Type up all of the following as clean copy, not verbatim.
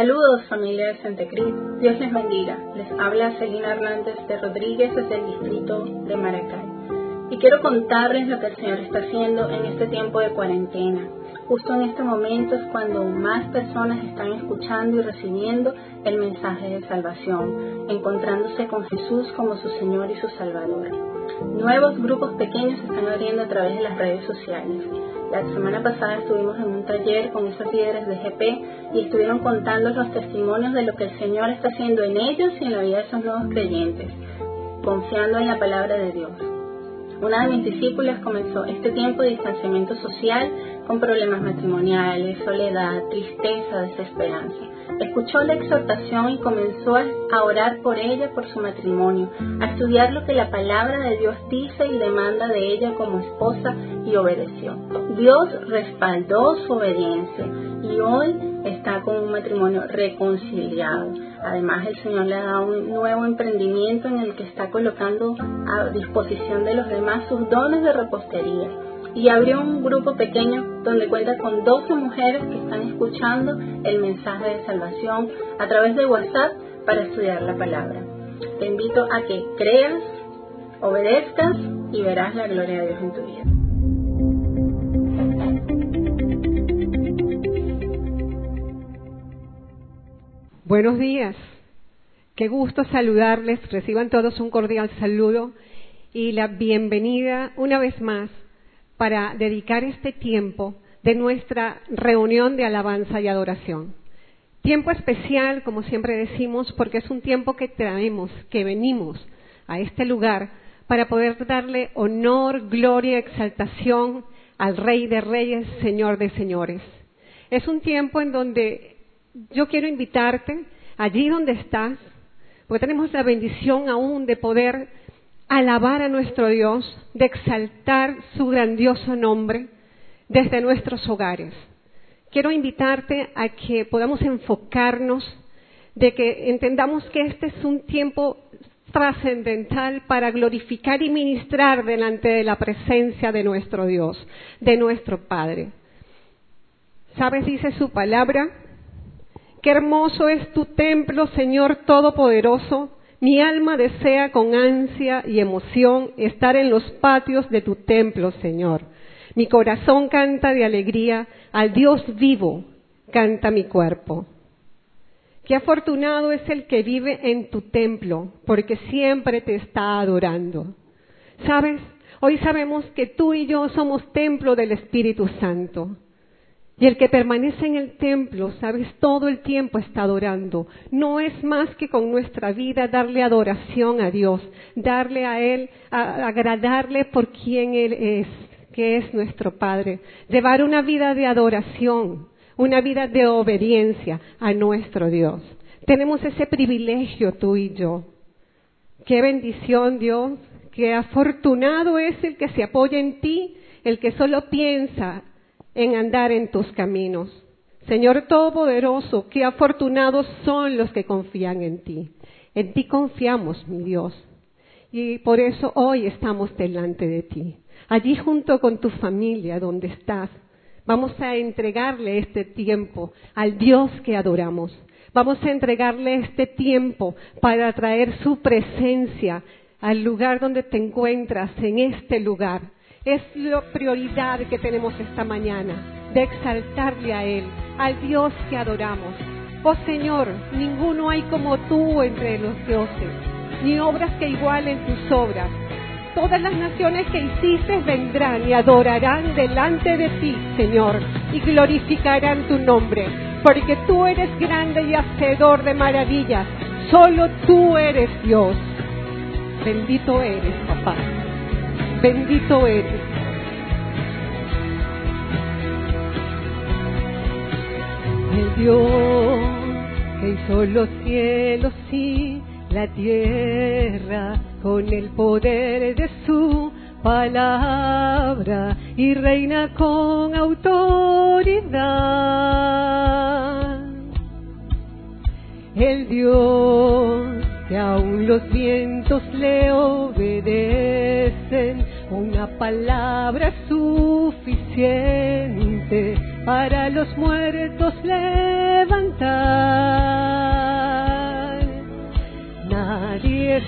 Saludos, familia de Santa Cruz. Dios les bendiga. Les habla Celina Hernández de Rodríguez desde el distrito de Maracay. Y quiero contarles lo que el Señor está haciendo en este tiempo de cuarentena. Justo en este momento es cuando más personas están escuchando y recibiendo el mensaje de salvación, encontrándose con Jesús como su Señor y su Salvador. Nuevos grupos pequeños se están abriendo a través de las redes sociales. La semana pasada estuvimos en un taller con esos líderes de GP y estuvieron contando los testimonios de lo que el Señor está haciendo en ellos y en la vida de esos nuevos creyentes, confiando en la palabra de Dios. Una de mis discípulas comenzó este tiempo de distanciamiento social con problemas matrimoniales, soledad, tristeza, desesperanza. Escuchó la exhortación y comenzó a orar por ella, por su matrimonio, a estudiar lo que la palabra de Dios dice y demanda de ella como esposa y obedeció. Dios respaldó su obediencia y hoy está con un matrimonio reconciliado. Además, el Señor le ha dado un nuevo emprendimiento en el que está colocando a disposición de los demás sus dones de repostería. Y abrió un grupo pequeño donde cuenta con 12 mujeres que están escuchando el mensaje de salvación a través de WhatsApp para estudiar la palabra. Te invito a que creas, obedezcas y verás la gloria de Dios en tu vida. Buenos días, qué gusto saludarles, reciban todos un cordial saludo y la bienvenida una vez más para dedicar este tiempo de nuestra reunión de alabanza y adoración. Tiempo especial, como siempre decimos, porque es un tiempo que traemos, que venimos a este lugar para poder darle honor, gloria, exaltación al Rey de Reyes, Señor de Señores. Es un tiempo en donde yo quiero invitarte, allí donde estás, porque tenemos la bendición aún de poder alabar a nuestro Dios, de exaltar su grandioso nombre desde nuestros hogares. Quiero invitarte a que podamos enfocarnos, de que entendamos que este es un tiempo trascendental para glorificar y ministrar delante de la presencia de nuestro Dios, de nuestro Padre. ¿Sabes? Dice su palabra: qué hermoso es tu templo, Señor Todopoderoso. Mi alma desea con ansia y emoción estar en los patios de tu templo, Señor. Mi corazón canta de alegría, al Dios vivo canta mi cuerpo. Qué afortunado es el que vive en tu templo, porque siempre te está adorando. ¿Sabes? Hoy sabemos que tú y yo somos templo del Espíritu Santo. Y el que permanece en el templo, ¿sabes? Todo el tiempo está adorando. No es más que con nuestra vida darle adoración a Dios, darle a Él, agradarle por quien Él es, que es nuestro Padre. Llevar una vida de adoración, una vida de obediencia a nuestro Dios. Tenemos ese privilegio tú y yo. Qué bendición, Dios, qué afortunado es el que se apoya en ti, el que solo piensa en andar en tus caminos. Señor Todopoderoso, qué afortunados son los que confían en ti. En ti confiamos, mi Dios. Y por eso hoy estamos delante de ti. Allí junto con tu familia, donde estás, vamos a entregarle este tiempo al Dios que adoramos. Vamos a entregarle este tiempo para traer su presencia al lugar donde te encuentras, en este lugar. Es la prioridad que tenemos esta mañana, de exaltarle a Él, al Dios que adoramos. Oh Señor, ninguno hay como tú entre los dioses, ni obras que igualen tus obras. Todas las naciones que hiciste vendrán y adorarán delante de ti, Señor, y glorificarán tu nombre, porque tú eres grande y hacedor de maravillas. Solo tú eres Dios. Bendito eres, papá. Bendito eres. El Dios que hizo los cielos y la tierra con el poder de su palabra y reina con autoridad. El Dios que aún los vientos le obedecen, un una palabra suficiente para los muertos levantar. Nadie es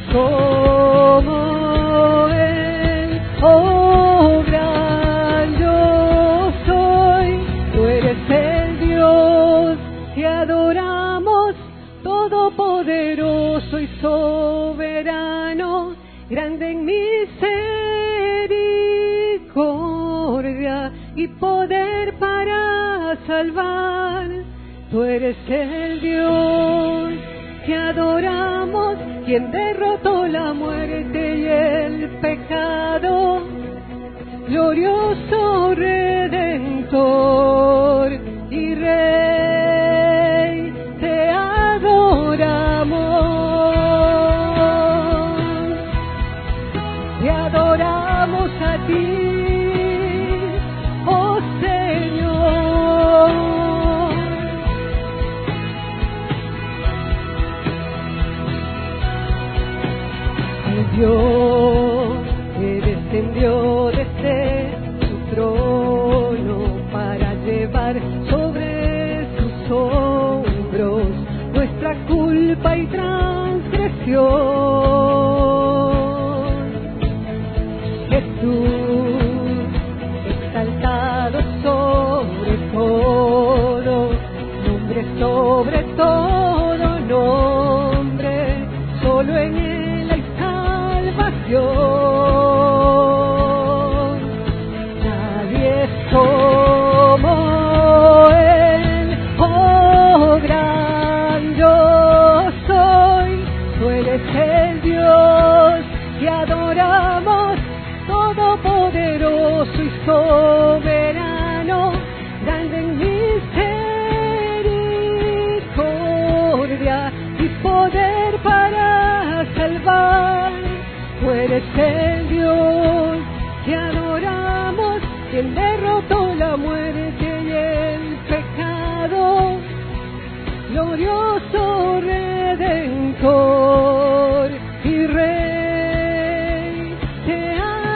como Él, oh gran yo soy. Tú eres el Dios que adoramos, todopoderoso y soberano, grande en misericordia y poder para salvar. Tú eres el Dios que adoramos, quien derrotó la muerte y el pecado, glorioso Redentor y Rey, te adoramos a ti, oh Señor. El Dios que descendió desde su trono para llevar sobre sus hombros nuestra culpa y transgresión. Jesús, exaltado sobre todo, nombre sobre todo nombre, solo en Él hay salvación. Nadie es como Él, oh gran yo soy. Tú eres el Dios que adoramos, todopoderoso y soberano, grande en misericordia y poder para salvar. Tú eres el Dios que adoramos, quien derrotó la muerte y el pecado, glorioso Redentor y Rey, te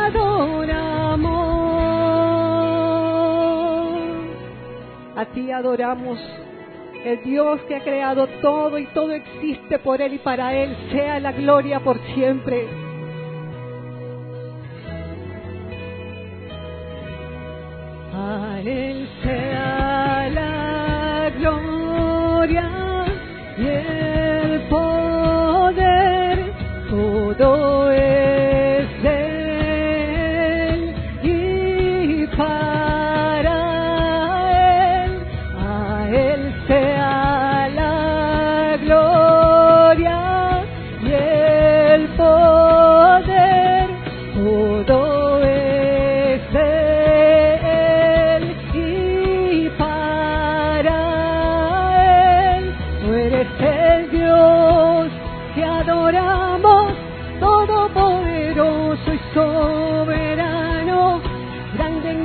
adoramos. A ti adoramos, el Dios que ha creado todo y todo existe por Él y para Él sea la gloria por siempre. A Él sea la gloria y el poder, todo es de Él y para Él. A Él sea la gloria y el poder, todo es de Él y para Él. Tú eres el Dios que adoramos, todopoderoso y soberano, grande en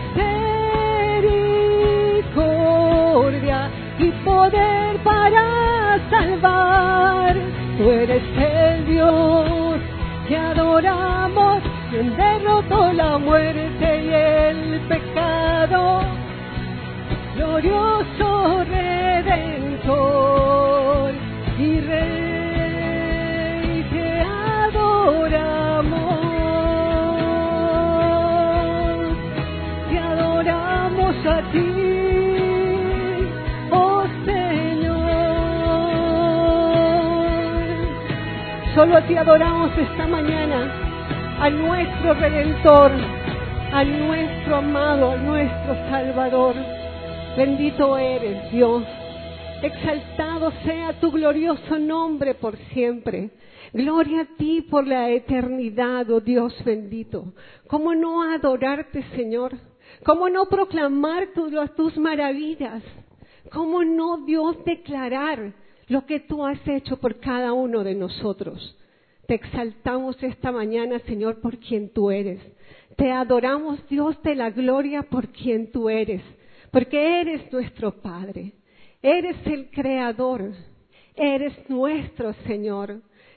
misericordia y poder para salvar. Tú eres el Dios que adoramos, quien derrotó la muerte y el pecado, glorioso Redentor y Rey, te adoramos a ti, oh Señor. Solo a ti adoramos esta mañana, a nuestro Redentor, a nuestro amado, a nuestro Salvador. Bendito eres, Dios. Exaltado sea tu glorioso nombre por siempre. Gloria a ti por la eternidad, oh Dios bendito. ¿Cómo no adorarte, Señor? ¿Cómo no proclamar tus maravillas? ¿Cómo no, Dios, declarar lo que tú has hecho por cada uno de nosotros? Te exaltamos esta mañana, Señor, por quien tú eres. Te adoramos, Dios de la gloria, por quien tú eres, porque eres nuestro Padre, eres el Creador, eres nuestro Señor,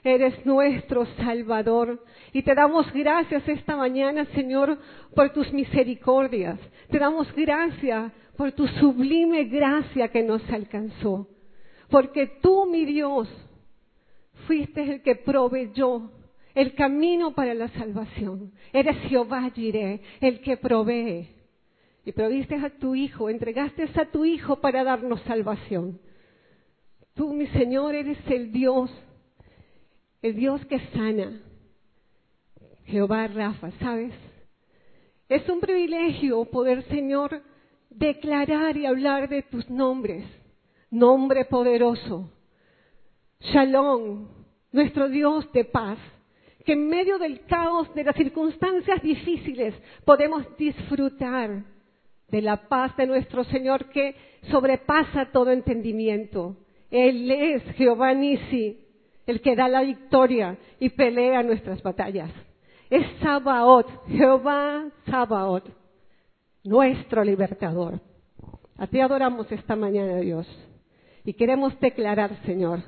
eres nuestro Salvador. Y te damos gracias esta mañana, Señor, por tus misericordias. Te damos gracias por tu sublime gracia que nos alcanzó. Porque tú, mi Dios, fuiste el que proveyó el camino para la salvación. Eres Jehová Jireh, el que provee. Y proviste a tu Hijo, entregaste a tu Hijo para darnos salvación. Tú, mi Señor, eres el Dios que sana. Jehová Rafa, ¿sabes? Es un privilegio poder, Señor, declarar y hablar de tus nombres. Nombre poderoso. Shalom, nuestro Dios de paz. Que en medio del caos, de las circunstancias difíciles, podemos disfrutar de la paz de nuestro Señor que sobrepasa todo entendimiento. Él es Jehová Nisi, el que da la victoria y pelea nuestras batallas. Es Sabaoth, Jehová Sabaoth, nuestro libertador. A ti adoramos esta mañana, Dios, y queremos declarar, Señor,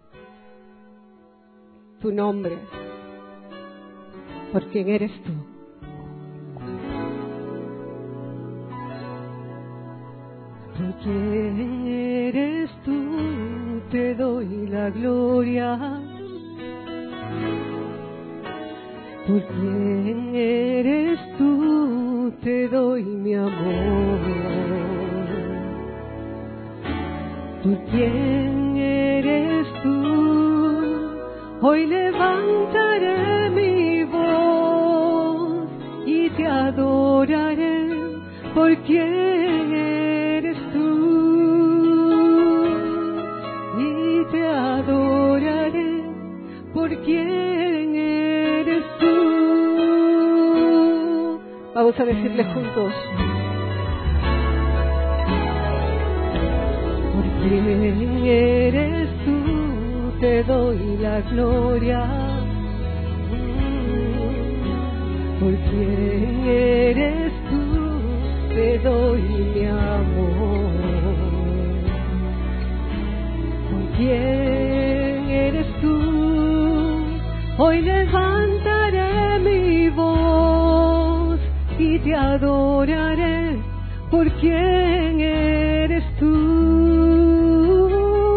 tu nombre, por quien eres tú. Por quien eres tú, te doy la gloria. Por quien eres tú, te doy mi amor. Por quien eres tú, hoy levantaré mi voz y te adoraré. Por quien eres tú, y te adoraré. Por quien eres tú. Vamos a decirle juntos. Por quien eres tú, te doy la gloria. Por quien eres tú, te doy mi amor. Por quien eres tú, hoy levantaré mi voz y te adoraré. Por quien eres tú,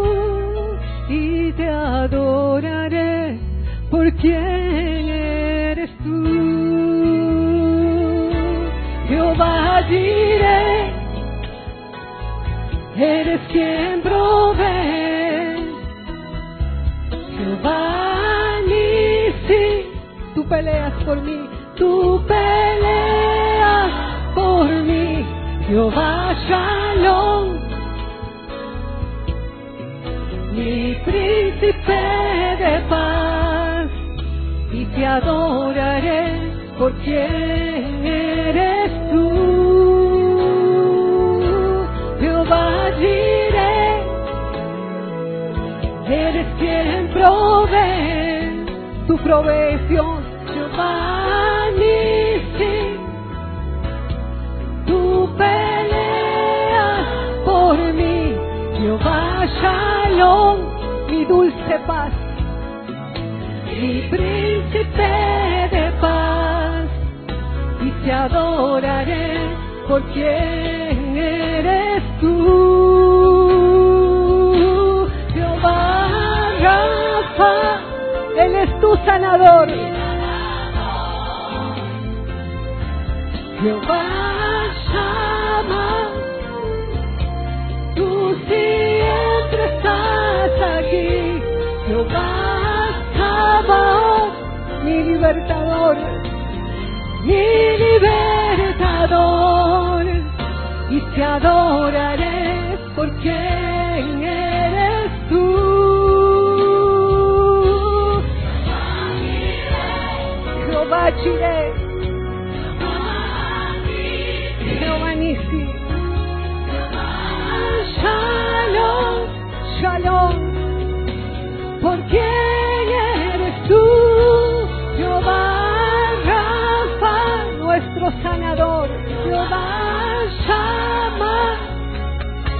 y te adoraré. Por quien eres tú, Jehová Jireh, eres quien provee. Jehová Nisi, tú peleas por mí, tú peleas por mí. Jehová Shalom, mi príncipe de paz, y te adoraré. Por quien eres tú, Jehová Jireh, eres quien provee, tu provisión. Jehová Nisi, tú peleas por mí. Jehová Shalom, mi dulce paz, mi príncipe de paz, y te adoraré. Por quien eres tú, Jehová Rafa, Él es tu sanador. Jehová Shammah, tú siempre estás aquí. Jehová Sabaoth, mi libertador, mi libertador, y te adoraré. Por quien eres tú, Jehová Jireh, Jehová Nisi, Shalom, Shalom. Por quien eres tú, Jehová Rafa, nuestro sanador. Jehová Shammah,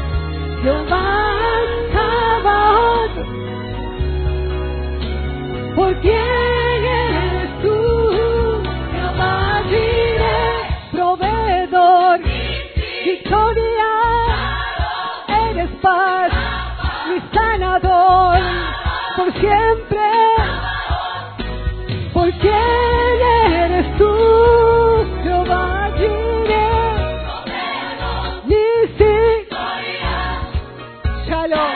Jehová Sabaoth. ¿Por quién eres tú? Jehová Jireh, proveedor, victoria, eres paz, mi sanador, por siempre. ¿Por quién eres tú? Jehová Jireh, Nisi, Shalom,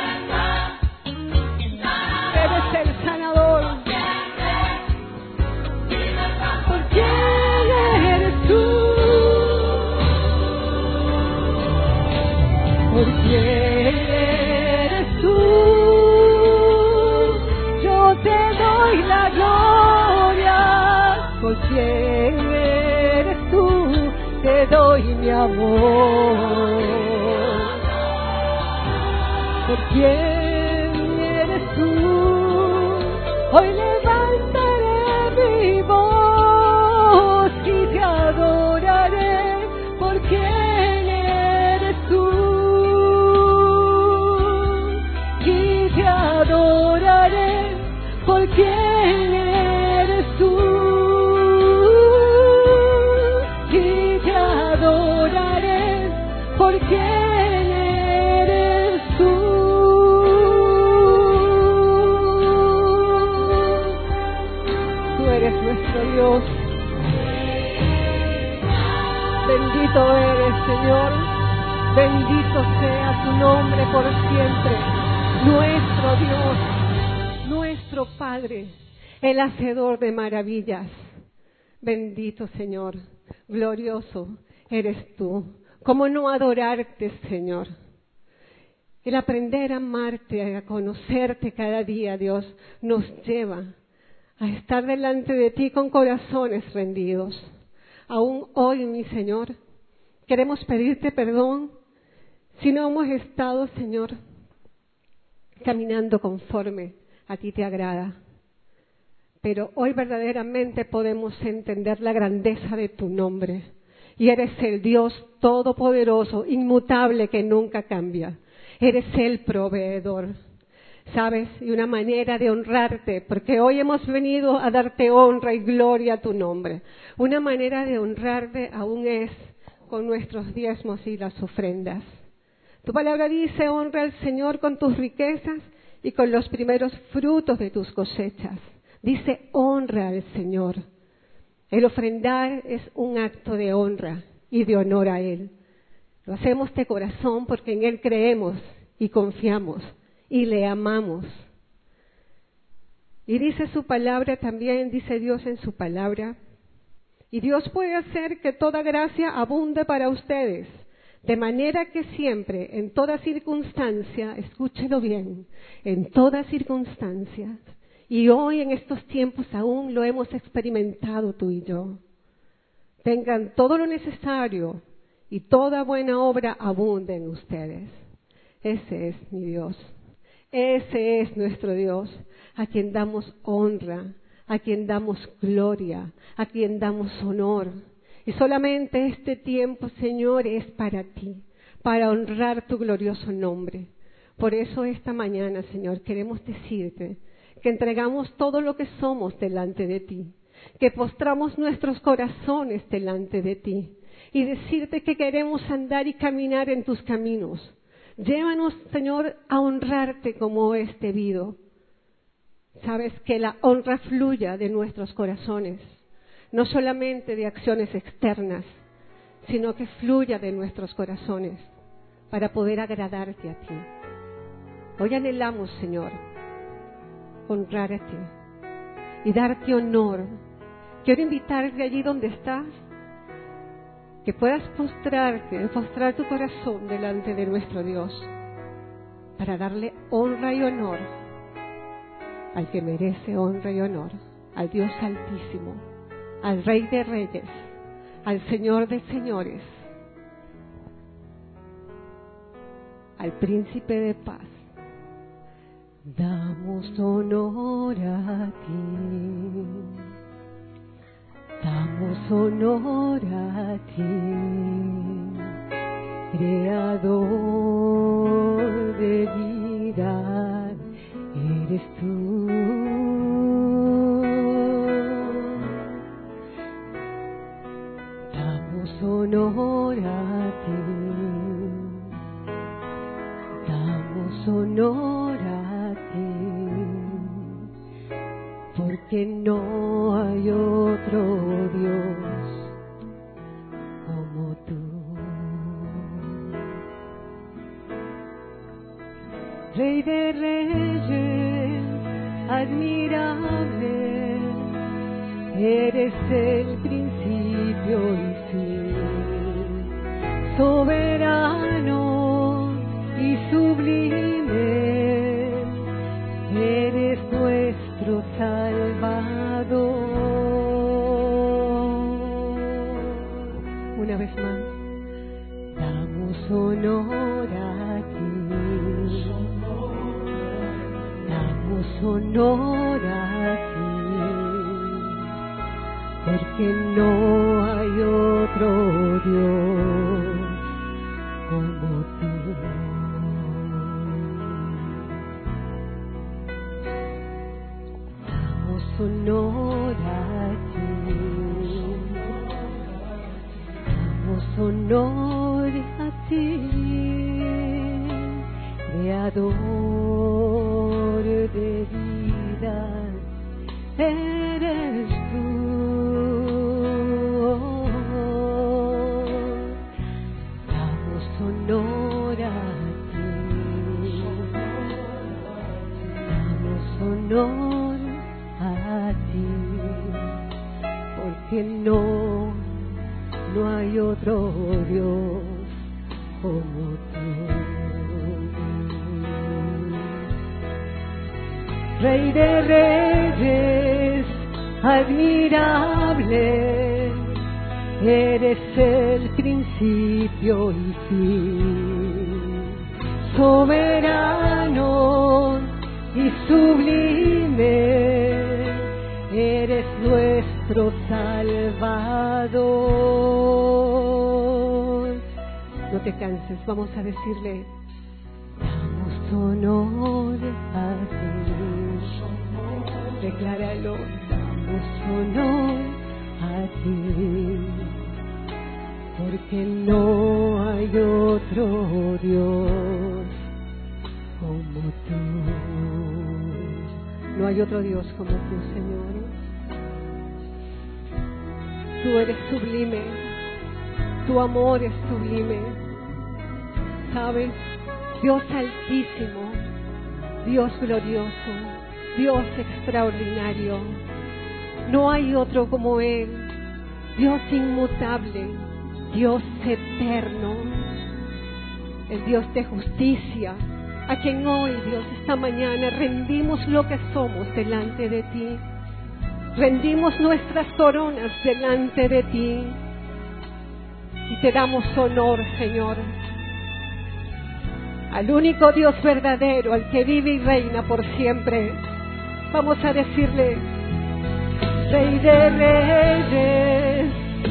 eres el sanador. ¿Por quién eres tú? ¿Por quién eres tú? Yo te doy la gloria. ¿Por quién eres tú? Te doy mi amor. ¿Por quién eres tú? Hoy levantaré mi voz y te adoraré. ¿Por quién eres tú? Y te adoraré. ¿Por quién eres tú? Y te adoraré. ¿Por quién eres tú? Tú eres nuestro Dios. Bendito eres, Señor. Bendito sea tu nombre por siempre. Nuestro Dios, nuestro Padre, el hacedor de maravillas. Bendito Señor, glorioso eres tú. ¿Cómo no adorarte, Señor? El aprender a amarte, a conocerte cada día, Dios, nos lleva a estar delante de ti con corazones rendidos. Aún hoy, mi Señor, queremos pedirte perdón si no hemos estado, Señor, caminando conforme a ti te agrada. Pero hoy verdaderamente podemos entender la grandeza de tu nombre. Y eres el Dios todopoderoso, inmutable, que nunca cambia. Eres el proveedor. ¿Sabes? Y una manera de honrarte, porque hoy hemos venido a darte honra y gloria a tu nombre. Una manera de honrarte aún es con nuestros diezmos y las ofrendas. Tu palabra dice: honra al Señor con tus riquezas y con los primeros frutos de tus cosechas. Dice: honra al Señor. El ofrendar es un acto de honra y de honor a Él. Lo hacemos de corazón porque en Él creemos y confiamos y le amamos. Y dice su palabra también, dice Dios en su palabra, y Dios puede hacer que toda gracia abunde para ustedes, de manera que siempre, en toda circunstancia, escúchelo bien, en todas circunstancias, y hoy en estos tiempos aún lo hemos experimentado tú y yo, tengan todo lo necesario y toda buena obra abunde en ustedes. Ese es mi Dios. Ese es nuestro Dios, a quien damos honra, a quien damos gloria, a quien damos honor. Y solamente este tiempo, Señor, es para ti, para honrar tu glorioso nombre. Por eso esta mañana, Señor, queremos decirte que entregamos todo lo que somos delante de ti, que postramos nuestros corazones delante de ti y decirte que queremos andar y caminar en tus caminos. Llévanos, Señor, a honrarte como es debido. Sabes, que la honra fluya de nuestros corazones, no solamente de acciones externas, sino que fluya de nuestros corazones para poder agradarte a ti. Hoy anhelamos, Señor, honrarte y darte honor. Quiero invitarte allí donde estás, que puedas postrar tu corazón delante de nuestro Dios para darle honra y honor al que merece honra y honor, al Dios Altísimo, al Rey de Reyes, al Señor de Señores, al Príncipe de Paz. Damos honor a ti, damos honor a ti, Creador de vida, eres tú. Damos honor a ti, damos honor a ti, porque no hay otro Dios como tú. Rey de reyes, admirable, eres el principio y fin, soberano y sublime, eres nuestro Salvador. Una vez más, damos honor a ti, damos honor a ti, porque no hay otro Dios como tú. Damos honor a ti, damos honor a ti, Creador de vida, eres tú. Damos honor a ti, damos honor a ti, porque no hay otro Dios como tú. Rey de reyes, admirable, eres el principio y fin, soberano y sublime, eres nuestro Salvador. No te canses, vamos a decirle: damos honor a ti. Decláralo: damos honor a ti, porque no hay otro Dios como tú. No hay otro Dios como tú, Señor. Tú eres sublime, tu amor es sublime. ¿Sabes? Dios altísimo, Dios glorioso, Dios extraordinario. No hay otro como Él. Dios inmutable, Dios eterno, el Dios de justicia, a quien hoy, Dios, esta mañana rendimos lo que somos delante de ti. Rendimos nuestras coronas delante de ti y te damos honor, Señor, al único Dios verdadero, al que vive y reina por siempre. Vamos a decirle: Rey de reyes,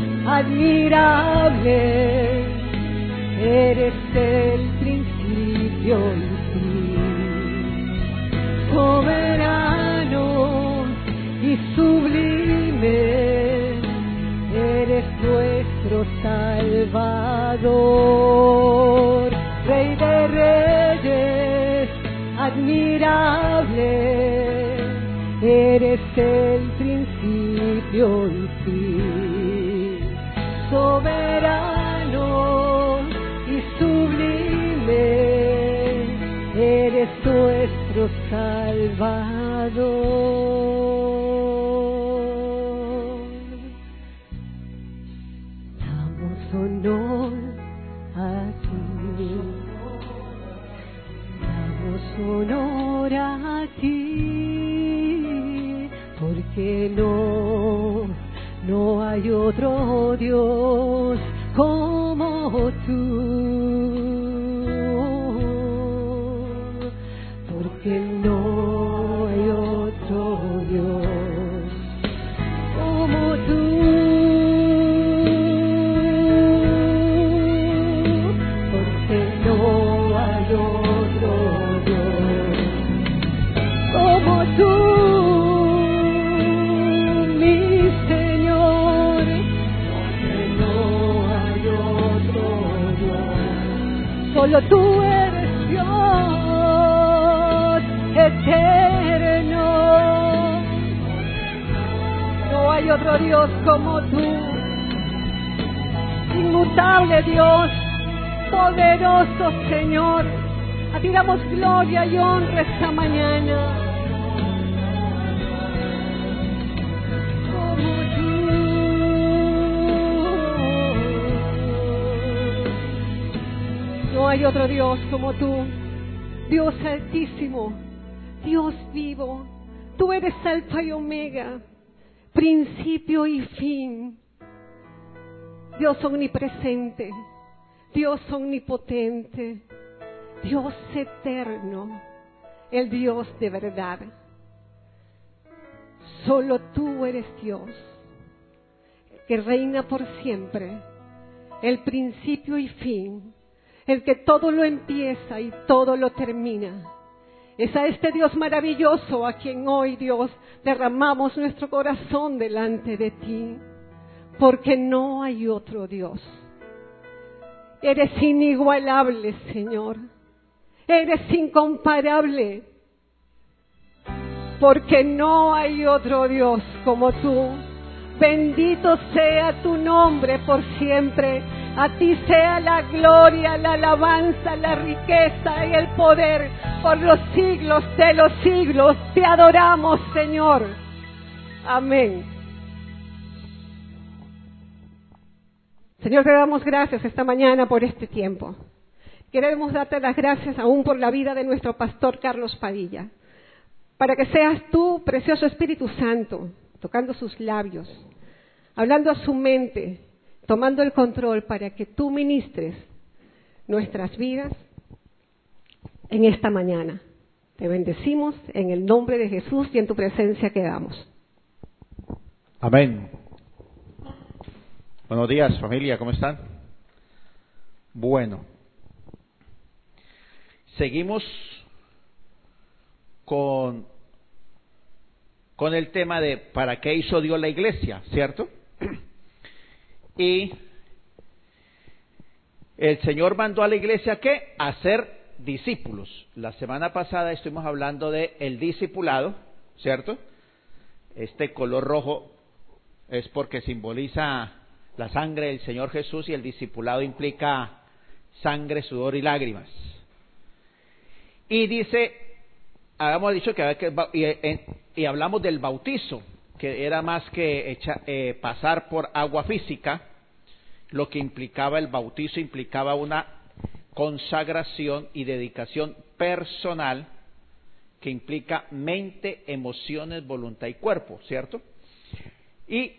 admirable, eres el principio y fin, soberano y sublime, eres nuestro Salvador. Rey de reyes, admirable, eres el principio y fin, soberano y sublime, eres nuestro Salvador. Damos honor a ti, damos honor a ti, porque no hay otro Dios como tú, porque no hay otro Dios como tú, porque no hay otro Dios como tú. No Solo tú eres Dios eterno. No hay otro Dios como tú. Inmutable Dios, poderoso Señor. A ti damos gloria y honra esta mañana. No hay otro Dios como tú, Dios altísimo, Dios vivo. Tú eres Alfa y Omega, principio y fin. Dios omnipresente, Dios omnipotente, Dios eterno, el Dios de verdad. Solo tú eres Dios, que reina por siempre, el principio y fin, el que todo lo empieza y todo lo termina. Es a este Dios maravilloso a quien hoy, Dios, derramamos nuestro corazón delante de ti, porque no hay otro Dios. Eres inigualable, Señor. Eres incomparable, porque no hay otro Dios como tú. Bendito sea tu nombre por siempre. A ti sea la gloria, la alabanza, la riqueza y el poder por los siglos de los siglos. Te adoramos, Señor. Amén. Señor, te damos gracias esta mañana por este tiempo. Queremos darte las gracias aún por la vida de nuestro pastor Carlos Padilla, para que seas tú, precioso Espíritu Santo, tocando sus labios, hablando a su mente, tomando el control para que tú ministres nuestras vidas en esta mañana. Te bendecimos en el nombre de Jesús y en tu presencia quedamos. Amén. Buenos días, familia, ¿cómo están? Bueno, seguimos con el tema de ¿para qué hizo Dios la iglesia? ¿Cierto? Y el Señor mandó a la iglesia ¿qué? A ser discípulos. La semana pasada estuvimos hablando de el discipulado, ¿cierto? Este color rojo es porque simboliza la sangre del Señor Jesús y el discipulado implica sangre, sudor y lágrimas. Y dice, habíamos dicho y hablamos del bautizo, que era más que pasar por agua física. Lo que implicaba el bautizo implicaba una consagración y dedicación personal que implica mente, emociones, voluntad y cuerpo, ¿cierto? Y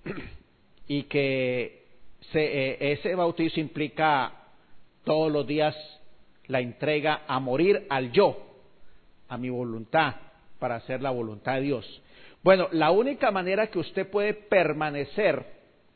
que ese bautizo implica todos los días la entrega a morir al yo, a mi voluntad, para hacer la voluntad de Dios. Bueno, la única manera que usted puede permanecer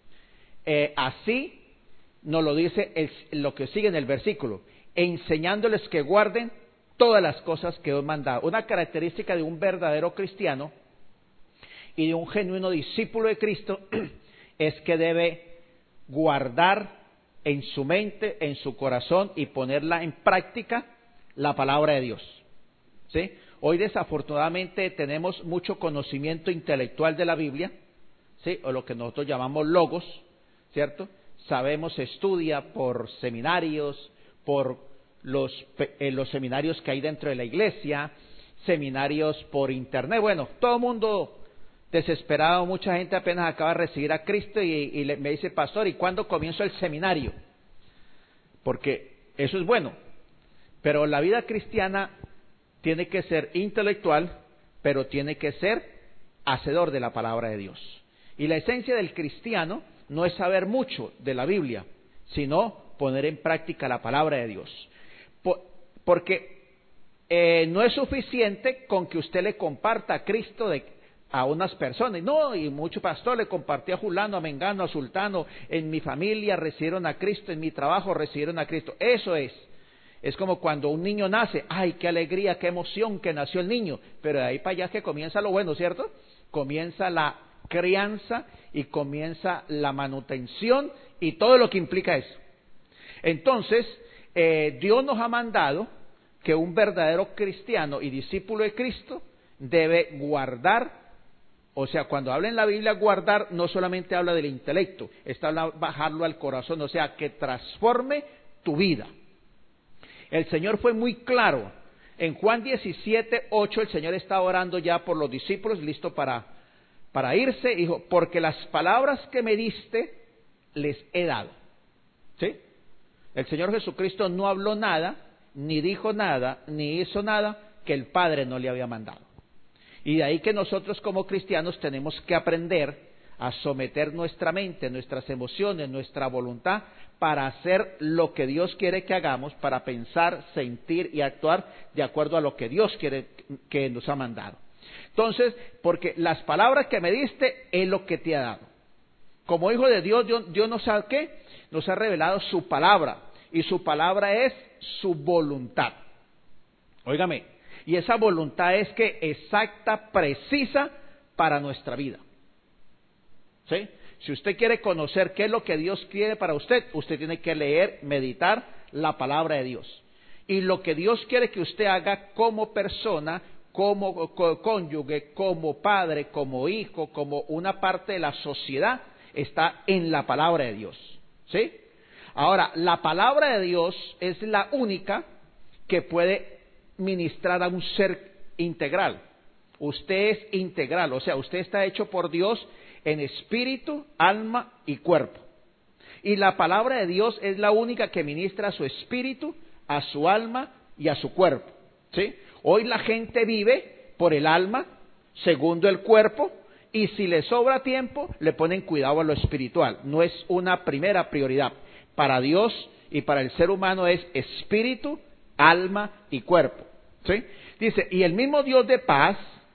así, nos lo dice lo que sigue en el versículo, enseñándoles que guarden todas las cosas que os he mandado. Una característica de un verdadero cristiano y de un genuino discípulo de Cristo es que debe guardar en su mente, en su corazón y ponerla en práctica la palabra de Dios. ¿Sí? Hoy desafortunadamente tenemos mucho conocimiento intelectual de la Biblia, ¿sí? O lo que nosotros llamamos logos, ¿cierto? Sabemos, se estudia por seminarios, por los seminarios que hay dentro de la iglesia, seminarios por internet. Bueno, todo el mundo desesperado, mucha gente apenas acaba de recibir a Cristo y me dice, pastor, ¿y cuándo comienzo el seminario? Porque eso es bueno, pero la vida cristiana tiene que ser intelectual, pero tiene que ser hacedor de la palabra de Dios. Y la esencia del cristiano no es saber mucho de la Biblia, sino poner en práctica la palabra de Dios. Porque no es suficiente con que usted le comparta a Cristo a unas personas. No, y mucho pastor le compartí a fulano, a mengano, a sultano, en mi familia recibieron a Cristo, en mi trabajo recibieron a Cristo. Eso es. Es como cuando un niño nace, ¡ay, qué alegría, qué emoción que nació el niño! Pero de ahí para allá que comienza lo bueno, ¿cierto? Comienza la crianza y comienza la manutención y todo lo que implica eso. Entonces, Dios nos ha mandado que un verdadero cristiano y discípulo de Cristo debe guardar, o sea, cuando habla en la Biblia guardar, no solamente habla del intelecto, está bajarlo al corazón, o sea, que transforme tu vida. El Señor fue muy claro. En Juan 17:8 el Señor está orando ya por los discípulos, listo para irse, dijo, porque las palabras que me diste les he dado. ¿Sí? El Señor Jesucristo no habló nada, ni dijo nada, ni hizo nada que el Padre no le había mandado. Y de ahí que nosotros como cristianos tenemos que aprender a someter nuestra mente, nuestras emociones, nuestra voluntad para hacer lo que Dios quiere que hagamos, para pensar, sentir y actuar de acuerdo a lo que Dios quiere que nos ha mandado. Entonces, porque las palabras que me diste es lo que te ha dado. Como hijo de Dios, Dios nos ha, ¿qué? Nos ha revelado su palabra, y su palabra es su voluntad. Óigame, y esa voluntad es que exacta, precisa para nuestra vida. ¿Sí? Si usted quiere conocer qué es lo que Dios quiere para usted, usted tiene que leer, meditar la palabra de Dios. Y lo que Dios quiere que usted haga como persona, como cónyuge, como padre, como hijo, como una parte de la sociedad, está en la palabra de Dios. ¿Sí? Ahora, la palabra de Dios es la única que puede ministrar a un ser integral. Usted es integral, o sea, usted está hecho por Dios en espíritu, alma y cuerpo. Y la palabra de Dios es la única que ministra a su espíritu, a su alma y a su cuerpo. ¿Sí? Hoy la gente vive por el alma, segundo el cuerpo, y si le sobra tiempo, le ponen cuidado a lo espiritual. No es una primera prioridad. Para Dios y para el ser humano es espíritu, alma y cuerpo. ¿Sí? Dice, y el mismo Dios de paz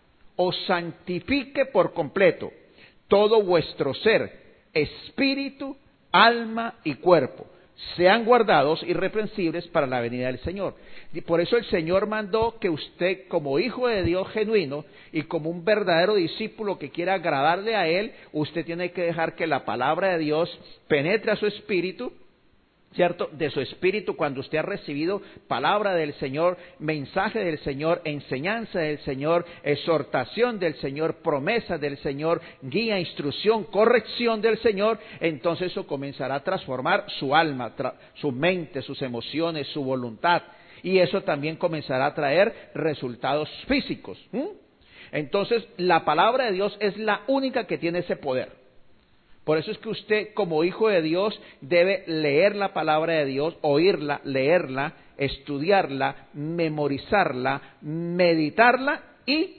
os santifique por completo todo vuestro ser, espíritu, alma y cuerpo, sean guardados irreprensibles para la venida del Señor. Y por eso el Señor mandó que usted, como hijo de Dios genuino y como un verdadero discípulo que quiera agradarle a Él, usted tiene que dejar que la palabra de Dios penetre a su espíritu, ¿cierto? De su espíritu, cuando usted ha recibido palabra del Señor, mensaje del Señor, enseñanza del Señor, exhortación del Señor, promesa del Señor, guía, instrucción, corrección del Señor, entonces eso comenzará a transformar su alma, su mente, sus emociones, su voluntad, y eso también comenzará a traer resultados físicos. Entonces, la palabra de Dios es la única que tiene ese poder. Por eso es que usted, como hijo de Dios, debe leer la palabra de Dios, oírla, leerla, estudiarla, memorizarla, meditarla y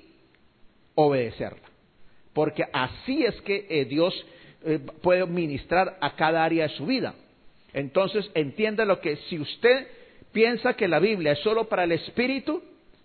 obedecerla. Porque así es que Dios puede ministrar a cada área de su vida. Entonces, entienda lo que si usted piensa que la Biblia es solo para el espíritu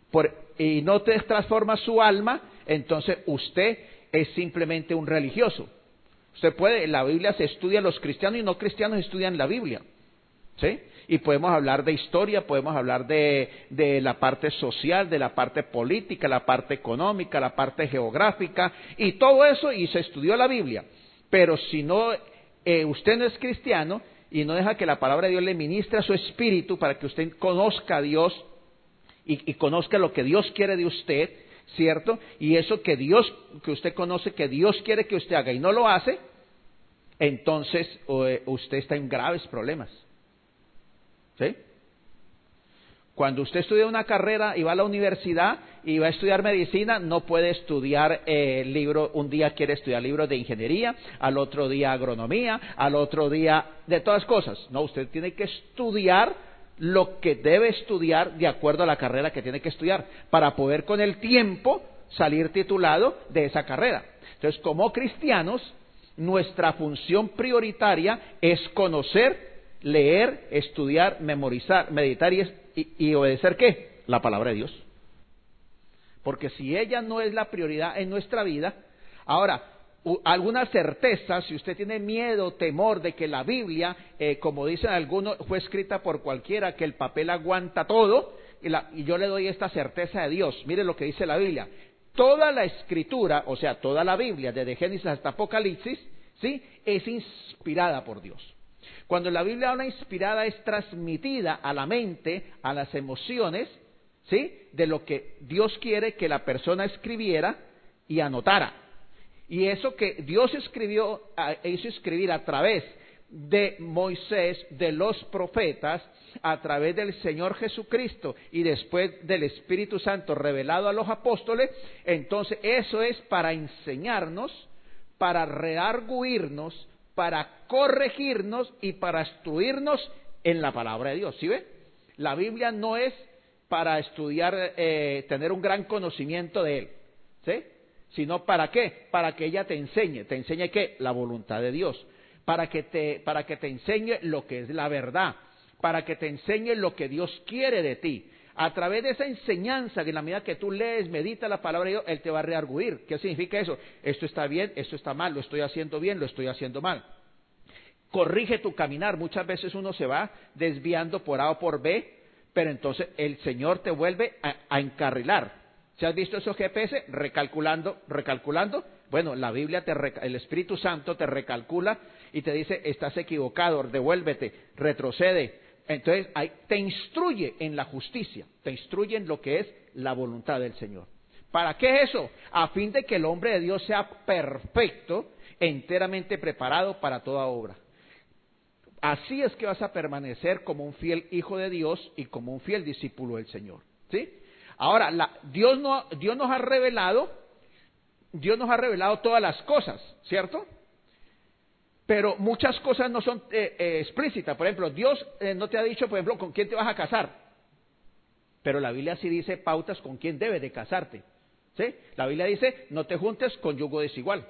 y no te transforma su alma, entonces usted es simplemente un religioso. Usted puede, en la Biblia se estudia, los cristianos y no cristianos estudian la Biblia, ¿sí? Y podemos hablar de historia, podemos hablar de la parte social, de la parte política, la parte económica, la parte geográfica, y todo eso, y se estudió la Biblia. Pero si no, usted no es cristiano y no deja que la palabra de Dios le ministre a su espíritu para que usted conozca a Dios y conozca lo que Dios quiere de usted, ¿cierto? Y eso que usted conoce, que Dios quiere que usted haga y no lo hace, entonces usted está en graves problemas. ¿Sí? Cuando usted estudia una carrera y va a la universidad y va a estudiar medicina, no puede estudiar libro, un día quiere estudiar libros de ingeniería, al otro día agronomía, al otro día de todas cosas. No, usted tiene que estudiar lo que debe estudiar de acuerdo a la carrera que tiene que estudiar, para poder con el tiempo salir titulado de esa carrera. Entonces, como cristianos, nuestra función prioritaria es conocer, leer, estudiar, memorizar, meditar y obedecer ¿qué? La palabra de Dios. Porque si ella no es la prioridad en nuestra vida, ahora, alguna certeza, si usted tiene miedo, temor de que la Biblia, como dicen algunos, fue escrita por cualquiera, que el papel aguanta todo, y yo le doy esta certeza de Dios. Mire lo que dice la Biblia. Toda la escritura, o sea, toda la Biblia, desde Génesis hasta Apocalipsis, ¿sí? Es inspirada por Dios. Cuando la Biblia habla inspirada es transmitida a la mente, a las emociones, ¿sí? De lo que Dios quiere que la persona escribiera y anotara. Y eso que Dios escribió, hizo escribir a través de Moisés, de los profetas, a través del Señor Jesucristo y después del Espíritu Santo revelado a los apóstoles, entonces eso es para enseñarnos, para redarguirnos, para corregirnos y para instruirnos en la palabra de Dios. ¿Sí ve? La Biblia no es para estudiar, tener un gran conocimiento de él, ¿sí? Sino ¿para qué? Para que ella te enseñe ¿qué? La voluntad de Dios, para que te enseñe lo que es la verdad, para que te enseñe lo que Dios quiere de ti. A través de esa enseñanza, que en la medida que tú lees, meditas la palabra de Dios, Él te va a redarguir. ¿Qué significa eso? Esto está bien, esto está mal, lo estoy haciendo bien, lo estoy haciendo mal. Corrige tu caminar. Muchas veces uno se va desviando por A o por B, pero entonces el Señor te vuelve a encarrilar. ¿Se has visto esos GPS? Recalculando. Bueno, la Biblia, el Espíritu Santo te recalcula y te dice, estás equivocado, devuélvete, retrocede. Entonces, ahí te instruye en la justicia, te instruye en lo que es la voluntad del Señor. ¿Para qué eso? A fin de que el hombre de Dios sea perfecto, enteramente preparado para toda obra. Así es que vas a permanecer como un fiel hijo de Dios y como un fiel discípulo del Señor. ¿Sí? Ahora, Dios nos ha revelado todas las cosas, ¿cierto? Pero muchas cosas no son explícitas. Por ejemplo, Dios no te ha dicho, por ejemplo, con quién te vas a casar. Pero la Biblia sí dice pautas con quién debes de casarte. ¿Sí? La Biblia dice, no te juntes con yugo desigual.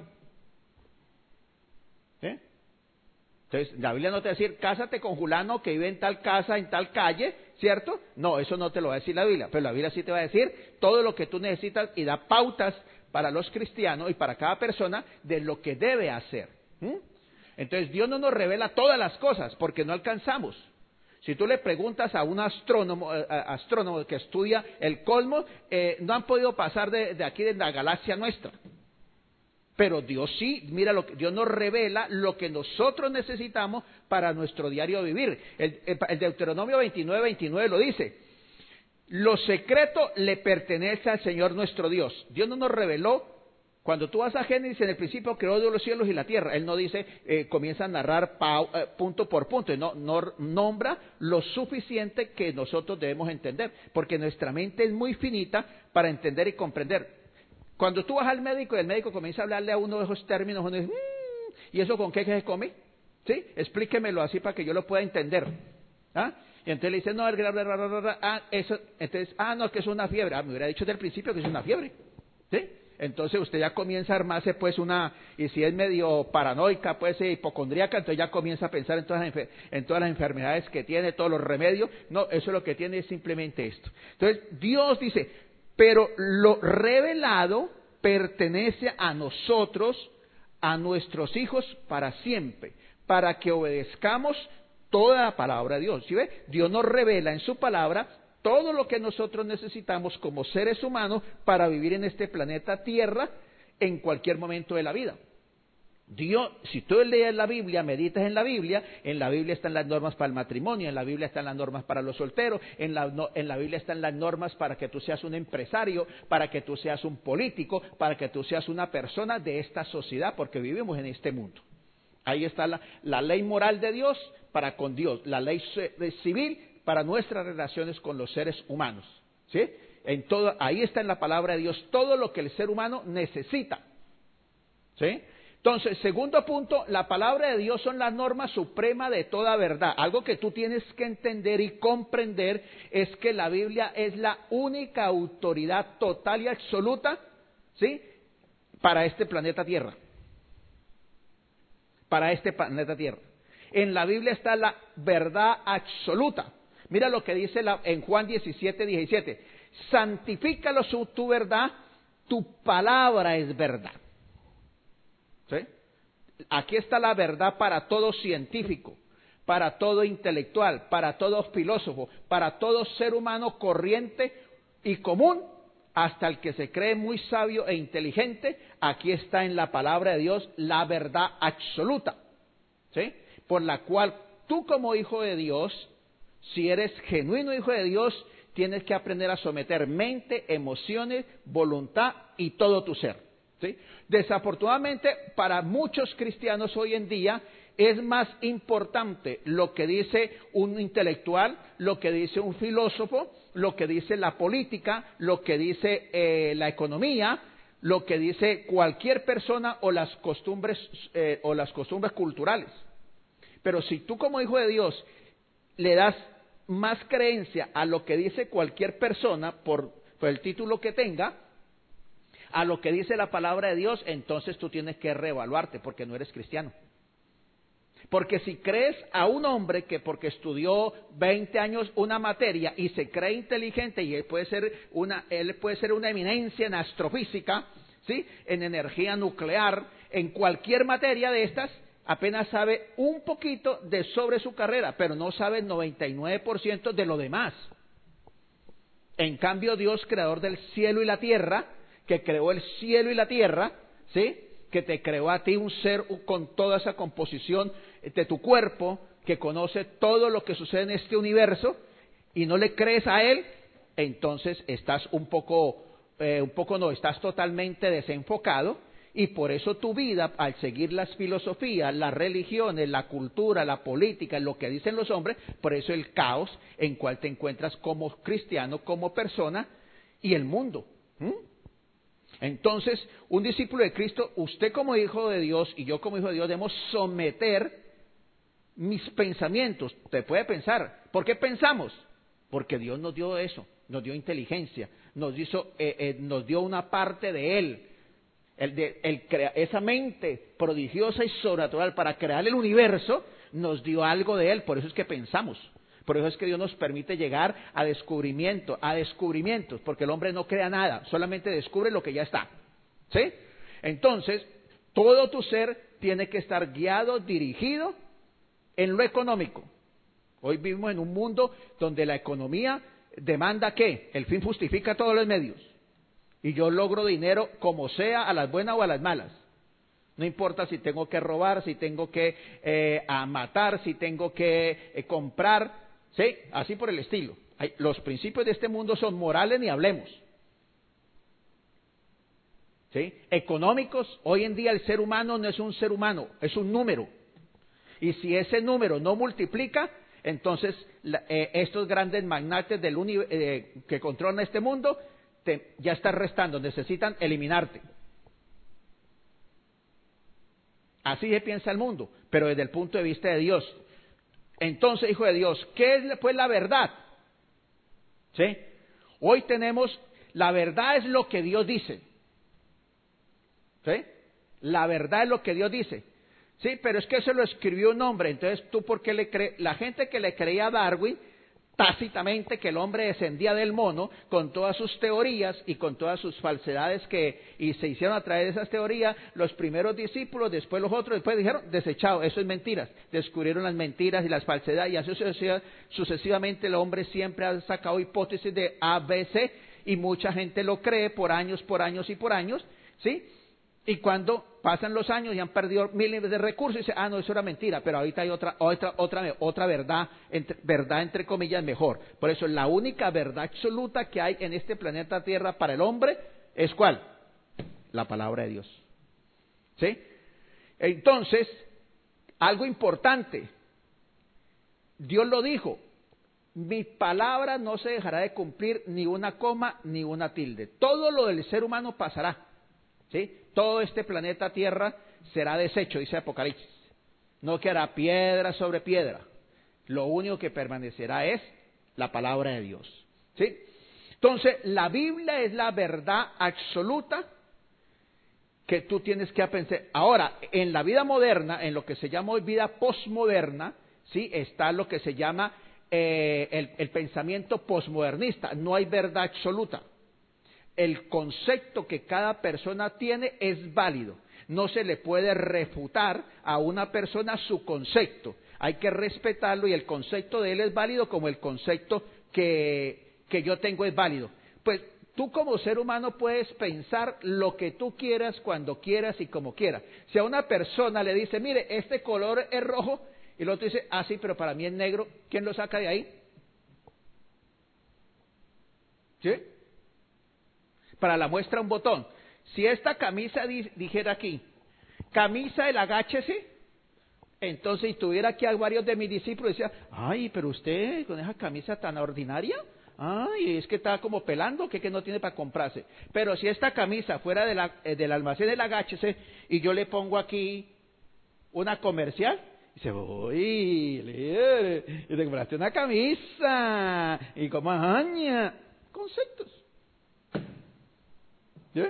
¿Sí? Entonces, la Biblia no te va a decir, cásate con fulano que vive en tal casa, en tal calle, ¿cierto? No, eso no te lo va a decir la Biblia. Pero la Biblia sí te va a decir todo lo que tú necesitas y da pautas para los cristianos y para cada persona de lo que debe hacer. Entonces Dios no nos revela todas las cosas porque no alcanzamos. Si tú le preguntas a un astrónomo que estudia el cosmos, no han podido pasar de aquí de la galaxia nuestra. Pero Dios sí, mira, Dios nos revela lo que nosotros necesitamos para nuestro diario vivir. El Deuteronomio 29 lo dice. Lo secreto le pertenece al Señor nuestro Dios. Dios no nos reveló. Cuando tú vas a Génesis, en el principio creó Dios los cielos y la tierra. Él no dice, comienza a narrar punto por punto, no nombra lo suficiente que nosotros debemos entender, porque nuestra mente es muy finita para entender y comprender. Cuando tú vas al médico y el médico comienza a hablarle a uno de esos términos, uno dice, ¿y eso con qué se come? ¿Sí? Explíquemelo así para que yo lo pueda entender. ¿Ah? Y entonces le dice, no, no, es que es una fiebre. Me hubiera dicho desde el principio que es una fiebre. ¿Sí? Entonces usted ya comienza a armarse pues y si es medio paranoica, pues hipocondríaca, entonces ya comienza a pensar en todas las enfermedades que tiene, todos los remedios. No, eso lo que tiene es simplemente esto. Entonces Dios dice, pero lo revelado pertenece a nosotros, a nuestros hijos para siempre, para que obedezcamos toda la palabra de Dios. ¿Sí ve? Dios nos revela en su palabra todo lo que nosotros necesitamos como seres humanos para vivir en este planeta Tierra en cualquier momento de la vida. Dios, si tú lees la Biblia, meditas en la Biblia están las normas para el matrimonio, en la Biblia están las normas para los solteros, en la Biblia están las normas para que tú seas un empresario, para que tú seas un político, para que tú seas una persona de esta sociedad, porque vivimos en este mundo. Ahí está la ley moral de Dios para con Dios, la ley civil para nuestras relaciones con los seres humanos. ¿Sí? Ahí está en la palabra de Dios todo lo que el ser humano necesita. ¿Sí? Entonces, segundo punto, la palabra de Dios son las normas supremas de toda verdad. Algo que tú tienes que entender y comprender es que la Biblia es la única autoridad total y absoluta, ¿sí? Para este planeta Tierra. Para este planeta Tierra. En la Biblia está la verdad absoluta. Mira lo que dice en Juan 17. Santifícalos tu verdad, tu palabra es verdad. ¿Sí? Aquí está la verdad para todo científico, para todo intelectual, para todo filósofo, para todo ser humano corriente y común, hasta el que se cree muy sabio e inteligente. Aquí está en la palabra de Dios la verdad absoluta, ¿sí? Por la cual tú como hijo de Dios, si eres genuino hijo de Dios, tienes que aprender a someter mente, emociones, voluntad y todo tu ser, ¿sí? Desafortunadamente, para muchos cristianos hoy en día, es más importante lo que dice un intelectual, lo que dice un filósofo, lo que dice la política, lo que dice la economía, lo que dice cualquier persona o las costumbres culturales. Pero si tú como hijo de Dios le das más creencia a lo que dice cualquier persona por el título que tenga, a lo que dice la palabra de Dios, entonces tú tienes que reevaluarte porque no eres cristiano. Porque si crees a un hombre que porque estudió 20 años una materia y se cree inteligente y él puede ser una eminencia en astrofísica, ¿sí?, en energía nuclear, en cualquier materia de estas, apenas sabe un poquito sobre su carrera, pero no sabe el 99% de lo demás. En cambio, Dios, creador del cielo y la tierra, que creó el cielo y la tierra, ¿sí?, que te creó a ti un ser con toda esa composición de tu cuerpo, que conoce todo lo que sucede en este universo, y no le crees a Él, entonces estás estás totalmente desenfocado, y por eso tu vida, al seguir las filosofías, las religiones, la cultura, la política, lo que dicen los hombres, por eso el caos en cual te encuentras como cristiano, como persona, y el mundo. Entonces, un discípulo de Cristo, usted como hijo de Dios y yo como hijo de Dios, debemos someter mis pensamientos. Usted puede pensar, ¿por qué pensamos? Porque Dios nos dio eso, nos dio inteligencia, nos dio una parte de Él, esa mente prodigiosa y sobrenatural para crear el universo, nos dio algo de Él, por eso es que pensamos. Por eso es que Dios nos permite llegar a descubrimientos, porque el hombre no crea nada, solamente descubre lo que ya está, ¿sí? Entonces, todo tu ser tiene que estar guiado, dirigido en lo económico. Hoy vivimos en un mundo donde la economía demanda ¿qué? El fin justifica todos los medios. Y yo logro dinero como sea, a las buenas o a las malas. No importa si tengo que robar, si tengo que matar, si tengo que comprar, ¿sí? Así por el estilo. Los principios de este mundo son morales, ni hablemos. ¿Sí? Económicos, hoy en día el ser humano no es un ser humano, es un número. Y si ese número no multiplica, entonces estos grandes magnates que controlan este mundo ya están restando, necesitan eliminarte. Así se piensa el mundo, pero desde el punto de vista de Dios. Entonces, hijo de Dios, ¿qué es pues la verdad? ¿Sí? Hoy tenemos, la verdad es lo que Dios dice. ¿Sí? La verdad es lo que Dios dice. Sí, pero es que eso lo escribió un hombre, entonces tú ¿por qué le crees? La gente que le creía a Darwin, tácitamente que el hombre descendía del mono, con todas sus teorías y con todas sus falsedades y se hicieron a través de esas teorías, los primeros discípulos, después los otros, después dijeron, desechado, eso es mentiras, descubrieron las mentiras y las falsedades, y así sucesivamente el hombre siempre ha sacado hipótesis de A, B, C, y mucha gente lo cree por años, ¿sí? Y cuando pasan los años y han perdido miles de recursos, dice, no, eso era mentira, pero ahorita hay otra verdad, verdad entre comillas, mejor. Por eso la única verdad absoluta que hay en este planeta Tierra para el hombre es ¿cuál? La palabra de Dios. ¿Sí? Entonces, algo importante, Dios lo dijo, mi palabra no se dejará de cumplir ni una coma ni una tilde. Todo lo del ser humano pasará. ¿Sí? Todo este planeta Tierra será deshecho, dice Apocalipsis. No quedará piedra sobre piedra. Lo único que permanecerá es la palabra de Dios. ¿Sí? Entonces, la Biblia es la verdad absoluta que tú tienes que aprender. Ahora, en la vida moderna, en lo que se llama hoy vida posmoderna, ¿sí? Está lo que se llama el pensamiento posmodernista. No hay verdad absoluta. El concepto que cada persona tiene es válido. No se le puede refutar a una persona su concepto. Hay que respetarlo y el concepto de él es válido como el concepto que yo tengo es válido. Pues tú como ser humano puedes pensar lo que tú quieras, cuando quieras y como quieras. Si a una persona le dice, mire, este color es rojo, Y el otro dice, ah, sí, pero para mí es negro. ¿Quién lo saca de ahí? ¿Sí? Para la muestra un botón. Si esta camisa dijera aquí, camisa del agáchese, entonces si tuviera aquí a varios de mis discípulos, decía, ay, pero usted con esa camisa tan ordinaria, ay, es que está como pelando, que no tiene para comprarse. Pero si esta camisa fuera del almacén del agáchese, y yo le pongo aquí una comercial, dice, uy, líder, y te compraste una camisa, y como aña, conceptos. ¿Sí?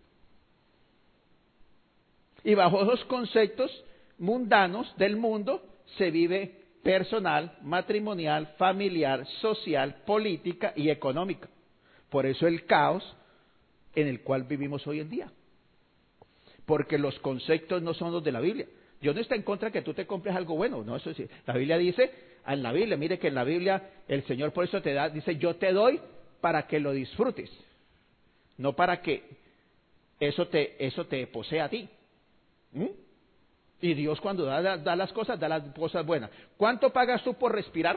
Y bajo esos conceptos mundanos del mundo se vive personal, matrimonial, familiar, social, política y económica. Por eso el caos en el cual vivimos hoy en día. Porque los conceptos no son los de la Biblia. Dios no está en contra de que tú te compres algo bueno, no, eso sí. La Biblia dice, en la Biblia, mire que en la Biblia el Señor por eso te da, dice, yo te doy para que lo disfrutes, no para que eso te posea a ti. Y Dios cuando da las cosas buenas. ¿Cuánto pagas tú por respirar?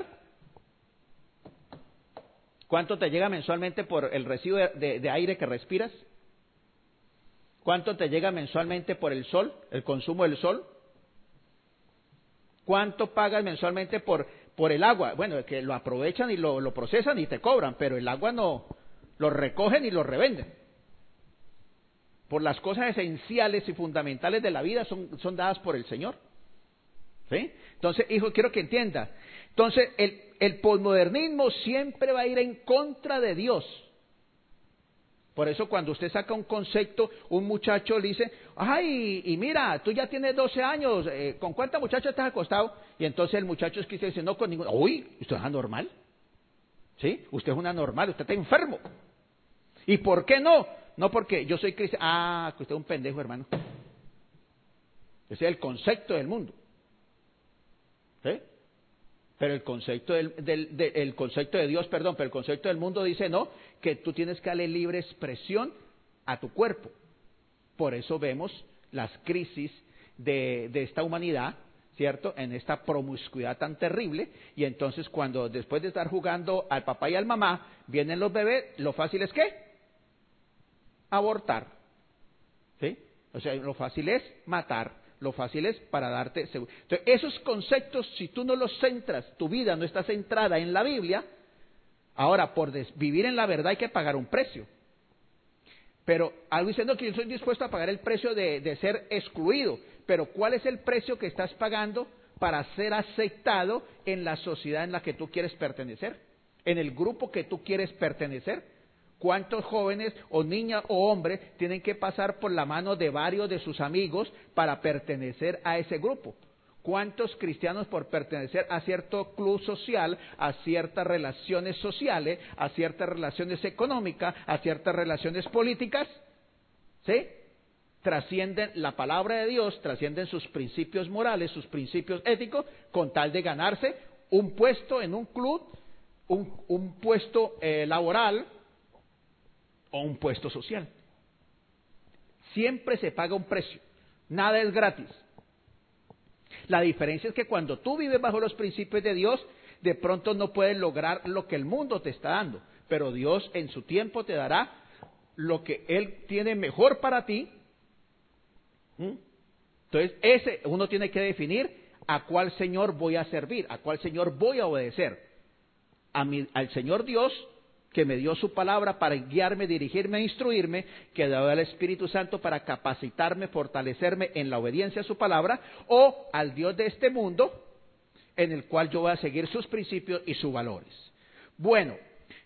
¿Cuánto te llega mensualmente por el recibo de aire que respiras? ¿Cuánto te llega mensualmente por el sol, el consumo del sol? ¿Cuánto pagas mensualmente por el agua? Bueno, que lo aprovechan y lo procesan y te cobran, pero el agua no, lo recogen y lo revenden. Por las cosas esenciales y fundamentales de la vida son dadas por el Señor. ¿Sí? Entonces, hijo, quiero que entienda. Entonces, el posmodernismo siempre va a ir en contra de Dios. Por eso cuando usted saca un concepto, un muchacho le dice, ay, y mira, tú ya tienes 12 años, ¿con cuántas muchachas estás acostado? Y entonces el muchacho es que dice, no, con ninguna. Uy, ¿usted es anormal? ¿Sí? Usted es un anormal, usted está enfermo. ¿Y por qué no? No porque yo soy cristiano. Ah, que usted es un pendejo, hermano. Ese es el concepto del mundo. ¿Sí? Pero el concepto el concepto de Dios, perdón, pero el concepto del mundo dice no, que tú tienes que darle libre expresión a tu cuerpo. Por eso vemos las crisis de esta humanidad, ¿cierto? En esta promiscuidad tan terrible, y entonces cuando después de estar jugando al papá y al mamá, vienen los bebés, lo fácil es ¿qué? Abortar. ¿Sí? O sea, lo fácil es matar. Lo fácil es para darte seguridad. Entonces, esos conceptos, si tú no los centras, tu vida no está centrada en la Biblia, ahora, por vivir en la verdad hay que pagar un precio. Pero algo diciendo que yo estoy dispuesto a pagar el precio de ser excluido. Pero ¿cuál es el precio que estás pagando para ser aceptado en la sociedad en la que tú quieres pertenecer? En el grupo que tú quieres pertenecer. ¿Cuántos jóvenes o niñas o hombres tienen que pasar por la mano de varios de sus amigos para pertenecer a ese grupo? ¿Cuántos cristianos por pertenecer a cierto club social, a ciertas relaciones sociales, a ciertas relaciones económicas, a ciertas relaciones políticas, ¿sí? Trascienden la palabra de Dios, trascienden sus principios morales, sus principios éticos, con tal de ganarse un puesto en un club, un puesto laboral, o un puesto social. Siempre se paga un precio, nada es gratis. La diferencia es que cuando tú vives bajo los principios de Dios, de pronto no puedes lograr lo que el mundo te está dando, pero Dios en su tiempo te dará lo que Él tiene mejor para ti. Entonces, uno tiene que definir a cuál Señor voy a servir, a cuál Señor voy a obedecer. Al Señor Dios, que me dio su palabra para guiarme, dirigirme e instruirme, que dio al Espíritu Santo para capacitarme, fortalecerme en la obediencia a su palabra, o al Dios de este mundo, en el cual yo voy a seguir sus principios y sus valores. Bueno,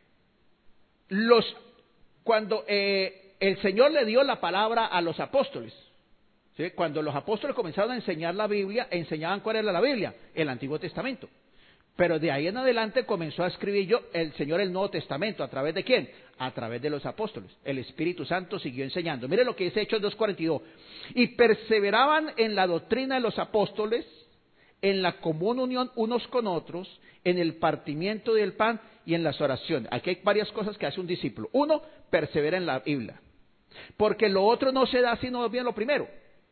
cuando el Señor le dio la palabra a los apóstoles, ¿sí? Cuando los apóstoles comenzaron a enseñar la Biblia, enseñaban cuál era la Biblia, el Antiguo Testamento. Pero de ahí en adelante comenzó a escribir el Señor el Nuevo Testamento. ¿A través de quién? A través de los apóstoles. El Espíritu Santo siguió enseñando. Mire lo que dice Hechos 2:42. Y perseveraban en la doctrina de los apóstoles, en la común unión unos con otros, en el partimiento del pan y en las oraciones. Aquí hay varias cosas que hace un discípulo. Uno, persevera en la Biblia. Porque lo otro no se da sino bien lo primero.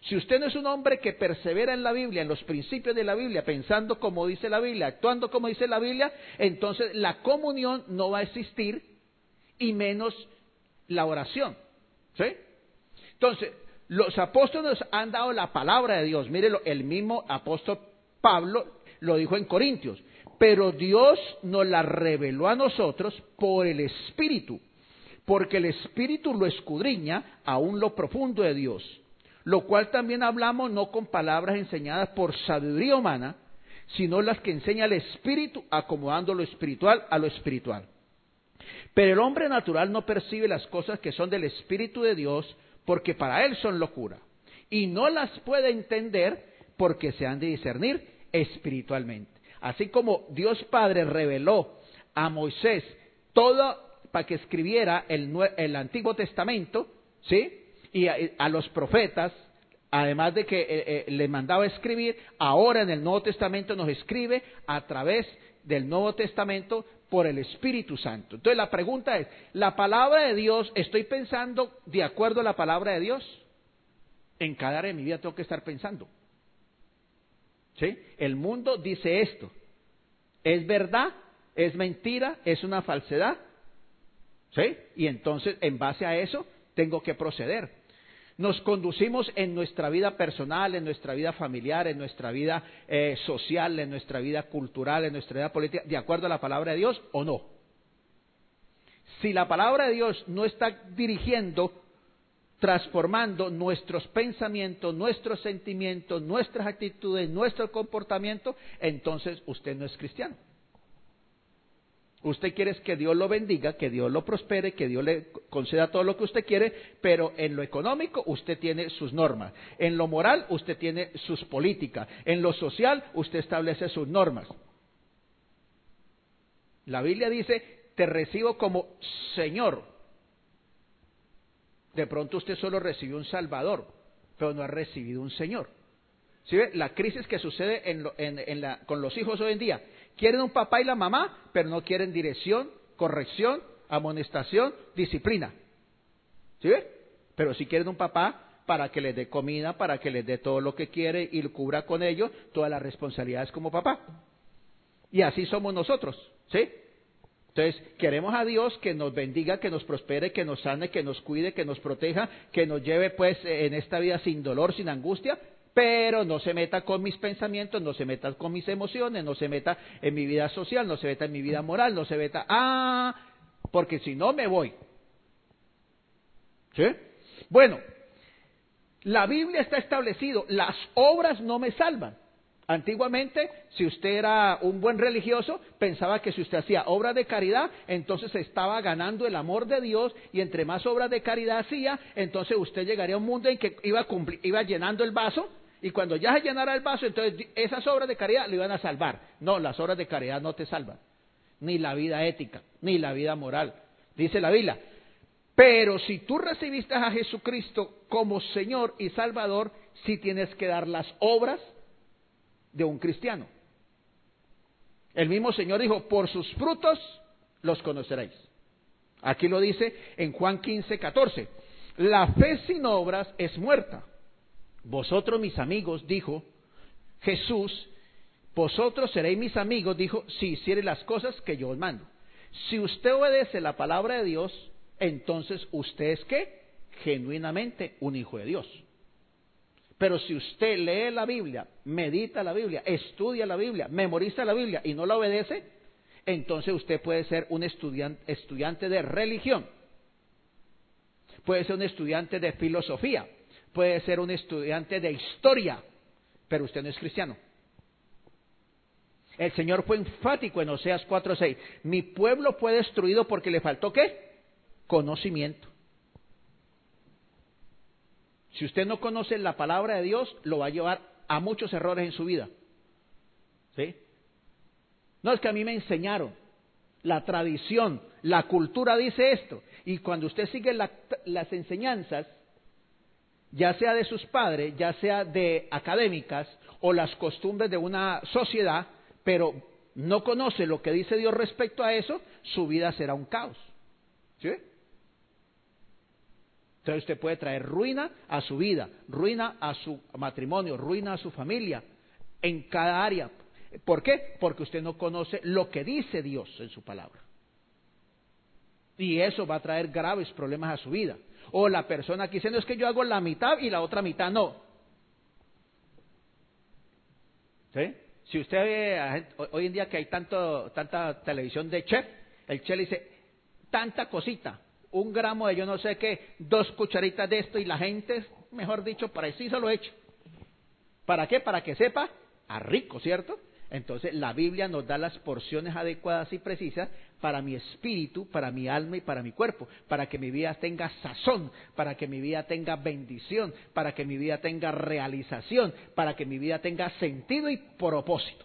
Si usted no es un hombre que persevera en la Biblia, en los principios de la Biblia, pensando como dice la Biblia, actuando como dice la Biblia, entonces la comunión no va a existir y menos la oración. ¿Sí? Entonces, los apóstoles nos han dado la palabra de Dios. Mire, el mismo apóstol Pablo lo dijo en Corintios. Pero Dios nos la reveló a nosotros por el Espíritu, porque el Espíritu lo escudriña aún lo profundo de Dios, lo cual también hablamos no con palabras enseñadas por sabiduría humana, sino las que enseña el Espíritu, acomodando lo espiritual a lo espiritual. Pero el hombre natural no percibe las cosas que son del Espíritu de Dios, porque para él son locura, y no las puede entender porque se han de discernir espiritualmente. Así como Dios Padre reveló a Moisés todo para que escribiera el Antiguo Testamento, ¿sí? Y a los profetas, además de que le mandaba escribir, ahora en el Nuevo Testamento nos escribe a través del Nuevo Testamento por el Espíritu Santo. Entonces la pregunta es, ¿la palabra de Dios, estoy pensando de acuerdo a la palabra de Dios? En cada área de mi vida tengo que estar pensando. ¿Sí? El mundo dice esto. ¿Es verdad? ¿Es mentira? ¿Es una falsedad? ¿Sí? Y entonces, en base a eso, tengo que proceder. Nos conducimos en nuestra vida personal, en nuestra vida familiar, en nuestra vida social, en nuestra vida cultural, en nuestra vida política, de acuerdo a la palabra de Dios o no. Si la palabra de Dios no está dirigiendo, transformando nuestros pensamientos, nuestros sentimientos, nuestras actitudes, nuestro comportamiento, entonces usted no es cristiano. Usted quiere que Dios lo bendiga, que Dios lo prospere, que Dios le conceda todo lo que usted quiere, pero en lo económico usted tiene sus normas, en lo moral usted tiene sus políticas, en lo social usted establece sus normas. La Biblia dice, te recibo como Señor. De pronto usted solo recibió un Salvador, pero no ha recibido un Señor. ¿Sí ve? La crisis que sucede con los hijos hoy en día. Quieren un papá y la mamá, pero no quieren dirección, corrección, amonestación, disciplina. ¿Sí ve? Pero sí quieren un papá para que les dé comida, para que les dé todo lo que quiere y lo cubra con ellos todas las responsabilidades como papá. Y así somos nosotros, ¿sí? Entonces, queremos a Dios que nos bendiga, que nos prospere, que nos sane, que nos cuide, que nos proteja, que nos lleve pues en esta vida sin dolor, sin angustia, pero no se meta con mis pensamientos, no se meta con mis emociones, no se meta en mi vida social, no se meta en mi vida moral, no se meta, porque si no me voy. ¿Sí? Bueno, la Biblia está establecido, las obras no me salvan. Antiguamente, si usted era un buen religioso, pensaba que si usted hacía obras de caridad, entonces estaba ganando el amor de Dios, y entre más obras de caridad hacía, entonces usted llegaría a un mundo en que iba llenando el vaso, y cuando ya se llenara el vaso, entonces esas obras de caridad lo iban a salvar. No, las obras de caridad no te salvan, ni la vida ética, ni la vida moral. Dice la Biblia, pero si tú recibiste a Jesucristo como Señor y Salvador, sí tienes que dar las obras de un cristiano. El mismo Señor dijo, por sus frutos los conoceréis. Aquí lo dice en Juan 15:14. La fe sin obras es muerta. Vosotros mis amigos, dijo Jesús, vosotros seréis mis amigos, dijo, si hiciereis las cosas que yo os mando. Si usted obedece la palabra de Dios, entonces usted es ¿qué? Genuinamente un hijo de Dios. Pero si usted lee la Biblia, medita la Biblia, estudia la Biblia, memoriza la Biblia y no la obedece, entonces usted puede ser un estudiante de religión, puede ser un estudiante de filosofía, puede ser un estudiante de historia, pero usted no es cristiano. El Señor fue enfático en Oseas 4:6. Mi pueblo fue destruido porque le faltó ¿qué? Conocimiento. Si usted no conoce la palabra de Dios, lo va a llevar a muchos errores en su vida. ¿Sí? No, es que a mí me enseñaron, la tradición, la cultura dice esto. Y cuando usted sigue las enseñanzas, ya sea de sus padres, ya sea de académicas o las costumbres de una sociedad, pero no conoce lo que dice Dios respecto a eso, su vida será un caos. ¿Sí? Entonces usted puede traer ruina a su vida, ruina a su matrimonio, ruina a su familia, en cada área. ¿Por qué? Porque usted no conoce lo que dice Dios en su palabra. Y eso va a traer graves problemas a su vida. O la persona que dice, no, es que yo hago la mitad y la otra mitad no. ¿Sí? Si usted ve hoy en día que hay tanta televisión de chef, el chef le dice, tanta cosita, 1 gramo de yo no sé qué, 2 cucharitas de esto, y la gente, mejor dicho, preciso lo hecho. ¿Para qué? Para que sepa a rico, ¿cierto? Entonces la Biblia nos da las porciones adecuadas y precisas para mi espíritu, para mi alma y para mi cuerpo, para que mi vida tenga sazón, para que mi vida tenga bendición, para que mi vida tenga realización, para que mi vida tenga sentido y propósito.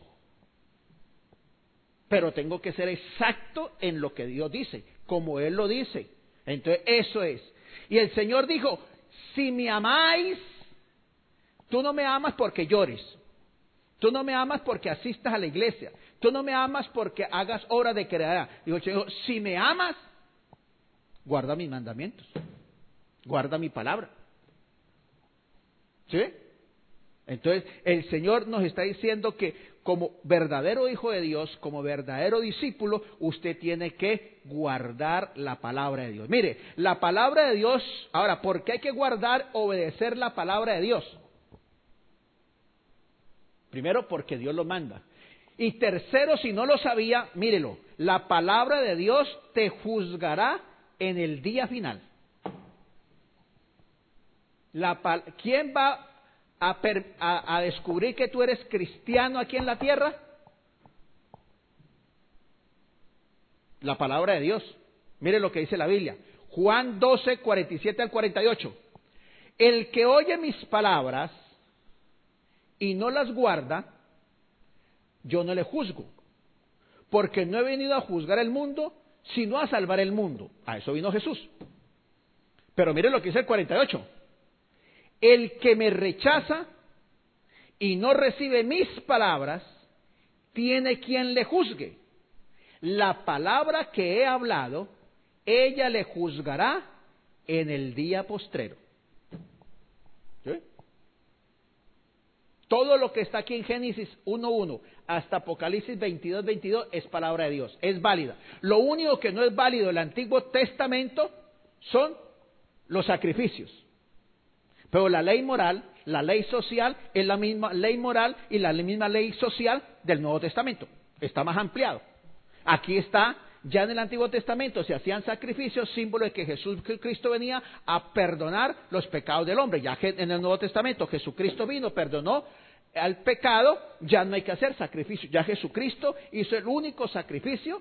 Pero tengo que ser exacto en lo que Dios dice, como Él lo dice. Entonces eso es. Y el Señor dijo, si me amáis, tú no me amas porque llores. Tú no me amas porque asistas a la iglesia. Tú no me amas porque hagas obra de caridad. Digo el Señor, si me amas, guarda mis mandamientos. Guarda mi palabra. ¿Sí? Entonces, el Señor nos está diciendo que como verdadero hijo de Dios, como verdadero discípulo, usted tiene que guardar la palabra de Dios. Mire, la palabra de Dios, ahora, ¿por qué hay que guardar, obedecer la palabra de Dios? Primero, porque Dios lo manda. Y tercero, si no lo sabía, mírelo, la palabra de Dios te juzgará en el día final. ¿Quién va a descubrir que tú eres cristiano aquí en la tierra? La palabra de Dios. Mire lo que dice la Biblia. Juan 12, 47 al 48. El que oye mis palabras y no las guarda, yo no le juzgo, porque no he venido a juzgar el mundo, sino a salvar el mundo. A eso vino Jesús. Pero mire lo que dice el 48. El que me rechaza y no recibe mis palabras, tiene quien le juzgue. La palabra que he hablado, ella le juzgará en el día postrero. ¿Sí? Todo lo que está aquí en Génesis 1:1 hasta Apocalipsis 22:22 es palabra de Dios, es válida. Lo único que no es válido del Antiguo Testamento son los sacrificios. Pero la ley moral, la ley social, es la misma ley moral y la misma ley social del Nuevo Testamento. Está más ampliado. Aquí está, ya en el Antiguo Testamento se hacían sacrificios, símbolo de que Cristo venía a perdonar los pecados del hombre. Ya en el Nuevo Testamento Jesucristo vino, perdonó al pecado, ya no hay que hacer sacrificio. Ya Jesucristo hizo el único sacrificio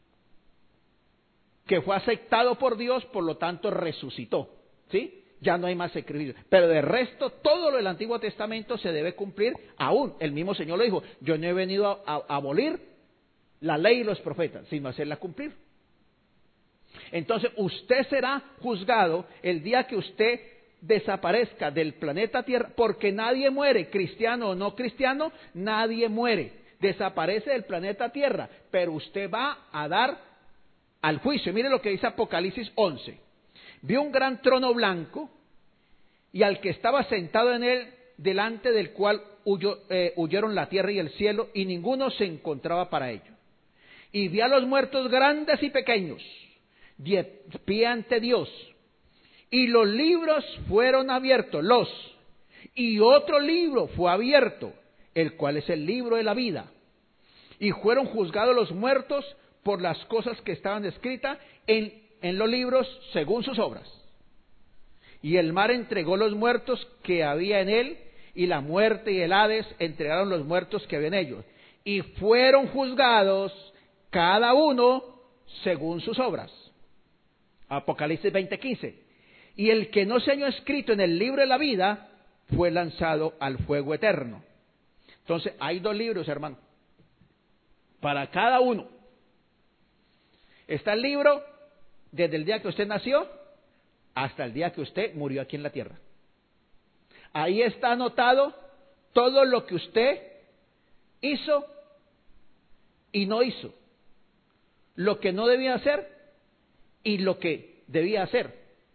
que fue aceptado por Dios, por lo tanto resucitó. ¿Sí? Ya no hay más sacrificio. Pero de resto, todo lo del Antiguo Testamento se debe cumplir aún. El mismo Señor lo dijo, yo no he venido a abolir la ley y los profetas, sino a hacerla cumplir. Entonces, usted será juzgado el día que usted desaparezca del planeta Tierra, porque nadie muere, cristiano o no cristiano, nadie muere. Desaparece del planeta Tierra, pero usted va a dar al juicio. Mire lo que dice Apocalipsis 11. Vi un gran trono blanco y al que estaba sentado en él, delante del cual huyeron la tierra y el cielo, y ninguno se encontraba para ello. Y vi a los muertos grandes y pequeños, de pie ante Dios, y los libros fueron abiertos, y otro libro fue abierto, el cual es el libro de la vida. Y fueron juzgados los muertos por las cosas que estaban escritas en los libros según sus obras. Y el mar entregó los muertos que había en él, y la muerte y el Hades entregaron los muertos que había en ellos. Y fueron juzgados cada uno según sus obras. Apocalipsis 20:15. Y el que no se halló escrito en el libro de la vida fue lanzado al fuego eterno. Entonces, hay 2 libros, hermano, para cada uno. Está el libro desde el día que usted nació hasta el día que usted murió aquí en la tierra. Ahí está anotado todo lo que usted hizo y no hizo, lo que no debía hacer y lo que debía hacer.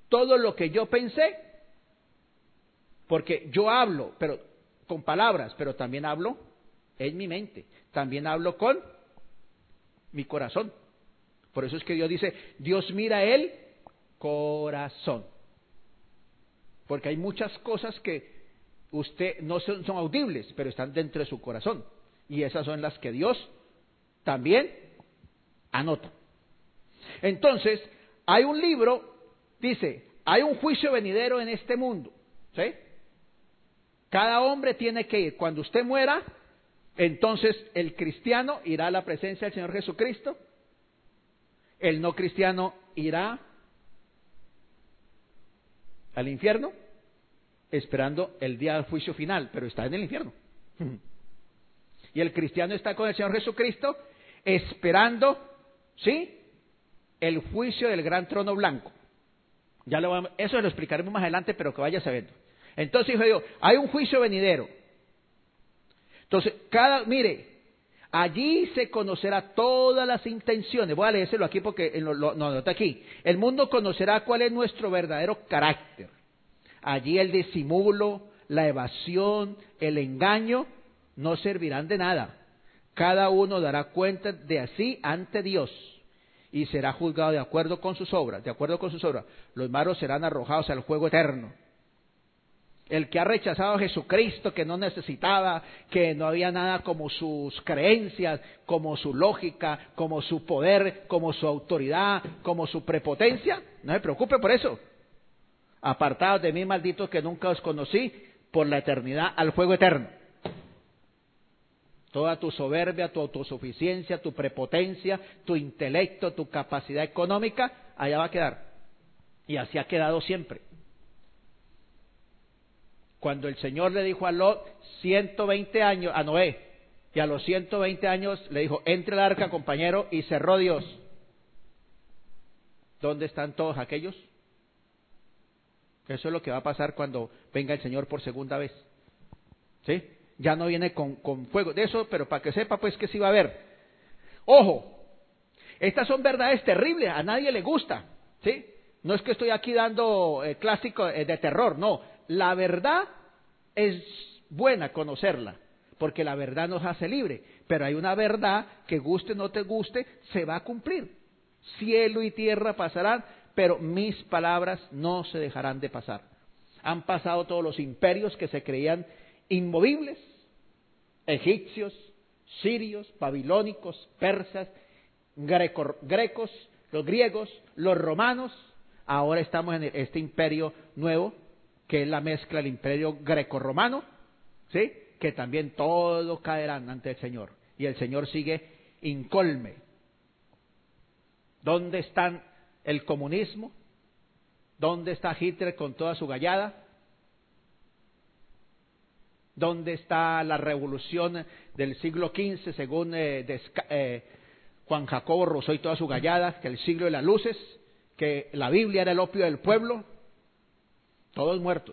todo lo que yo pensé, porque yo hablo, pero con palabras, pero también hablo en mi mente, también hablo con mi corazón. Por eso es que Dios dice, Dios mira el corazón. Porque hay muchas cosas que usted no son audibles, pero están dentro de su corazón. Y esas son las que Dios también anota. Entonces, hay un libro, dice, hay un juicio venidero en este mundo. ¿Sí? Cada hombre tiene que ir. Cuando usted muera, entonces el cristiano irá a la presencia del Señor Jesucristo. El no cristiano irá al infierno, esperando el día del juicio final, pero está en el infierno. Y el cristiano está con el Señor Jesucristo, esperando, ¿sí?, el juicio del gran trono blanco. Eso lo explicaremos más adelante, pero que vaya sabiendo. Entonces, hijo de Dios, hay un juicio venidero. Entonces, mire, allí se conocerá todas las intenciones. Voy a leérselo aquí porque no está aquí. El mundo conocerá cuál es nuestro verdadero carácter. Allí el disimulo, la evasión, el engaño no servirán de nada. Cada uno dará cuenta de sí ante Dios y será juzgado de acuerdo con sus obras. De acuerdo con sus obras, los malos serán arrojados al fuego eterno. El que ha rechazado a Jesucristo, que no necesitaba, que no había nada como sus creencias, como su lógica, como su poder, como su autoridad, como su prepotencia, no se preocupe por eso. Apartados de mí, malditos, que nunca os conocí, por la eternidad al fuego eterno. Toda tu soberbia, tu autosuficiencia, tu prepotencia, tu intelecto, tu capacidad económica, allá va a quedar. Y así ha quedado siempre. Cuando el Señor le dijo a Lot 120 años, a Noé, y a los 120 años le dijo, entre al arca, compañero, y cerró Dios. ¿Dónde están todos aquellos? Eso es lo que va a pasar cuando venga el Señor por segunda vez. ¿Sí? Ya no viene con fuego. De eso, pero para que sepa, pues, que sí va a haber. Ojo, estas son verdades terribles, a nadie le gusta. ¿Sí? No es que estoy aquí dando clásico de terror, no. La verdad es buena conocerla, porque la verdad nos hace libre, pero hay una verdad que guste o no te guste, se va a cumplir. Cielo y tierra pasarán, pero mis palabras no se dejarán de pasar. Han pasado todos los imperios que se creían inmovibles, egipcios, sirios, babilónicos, persas, grecos, los griegos, los romanos. Ahora estamos en este imperio nuevo, que es la mezcla del imperio greco-romano, ¿sí?, que también todos caerán ante el Señor. Y el Señor sigue incolme. ¿Dónde está el comunismo? ¿Dónde está Hitler con toda su gallada? ¿Dónde está la revolución del siglo XV, según Juan Jacobo Rousseau y toda su gallada, que el siglo de las luces, que la Biblia era el opio del pueblo? Todos muertos.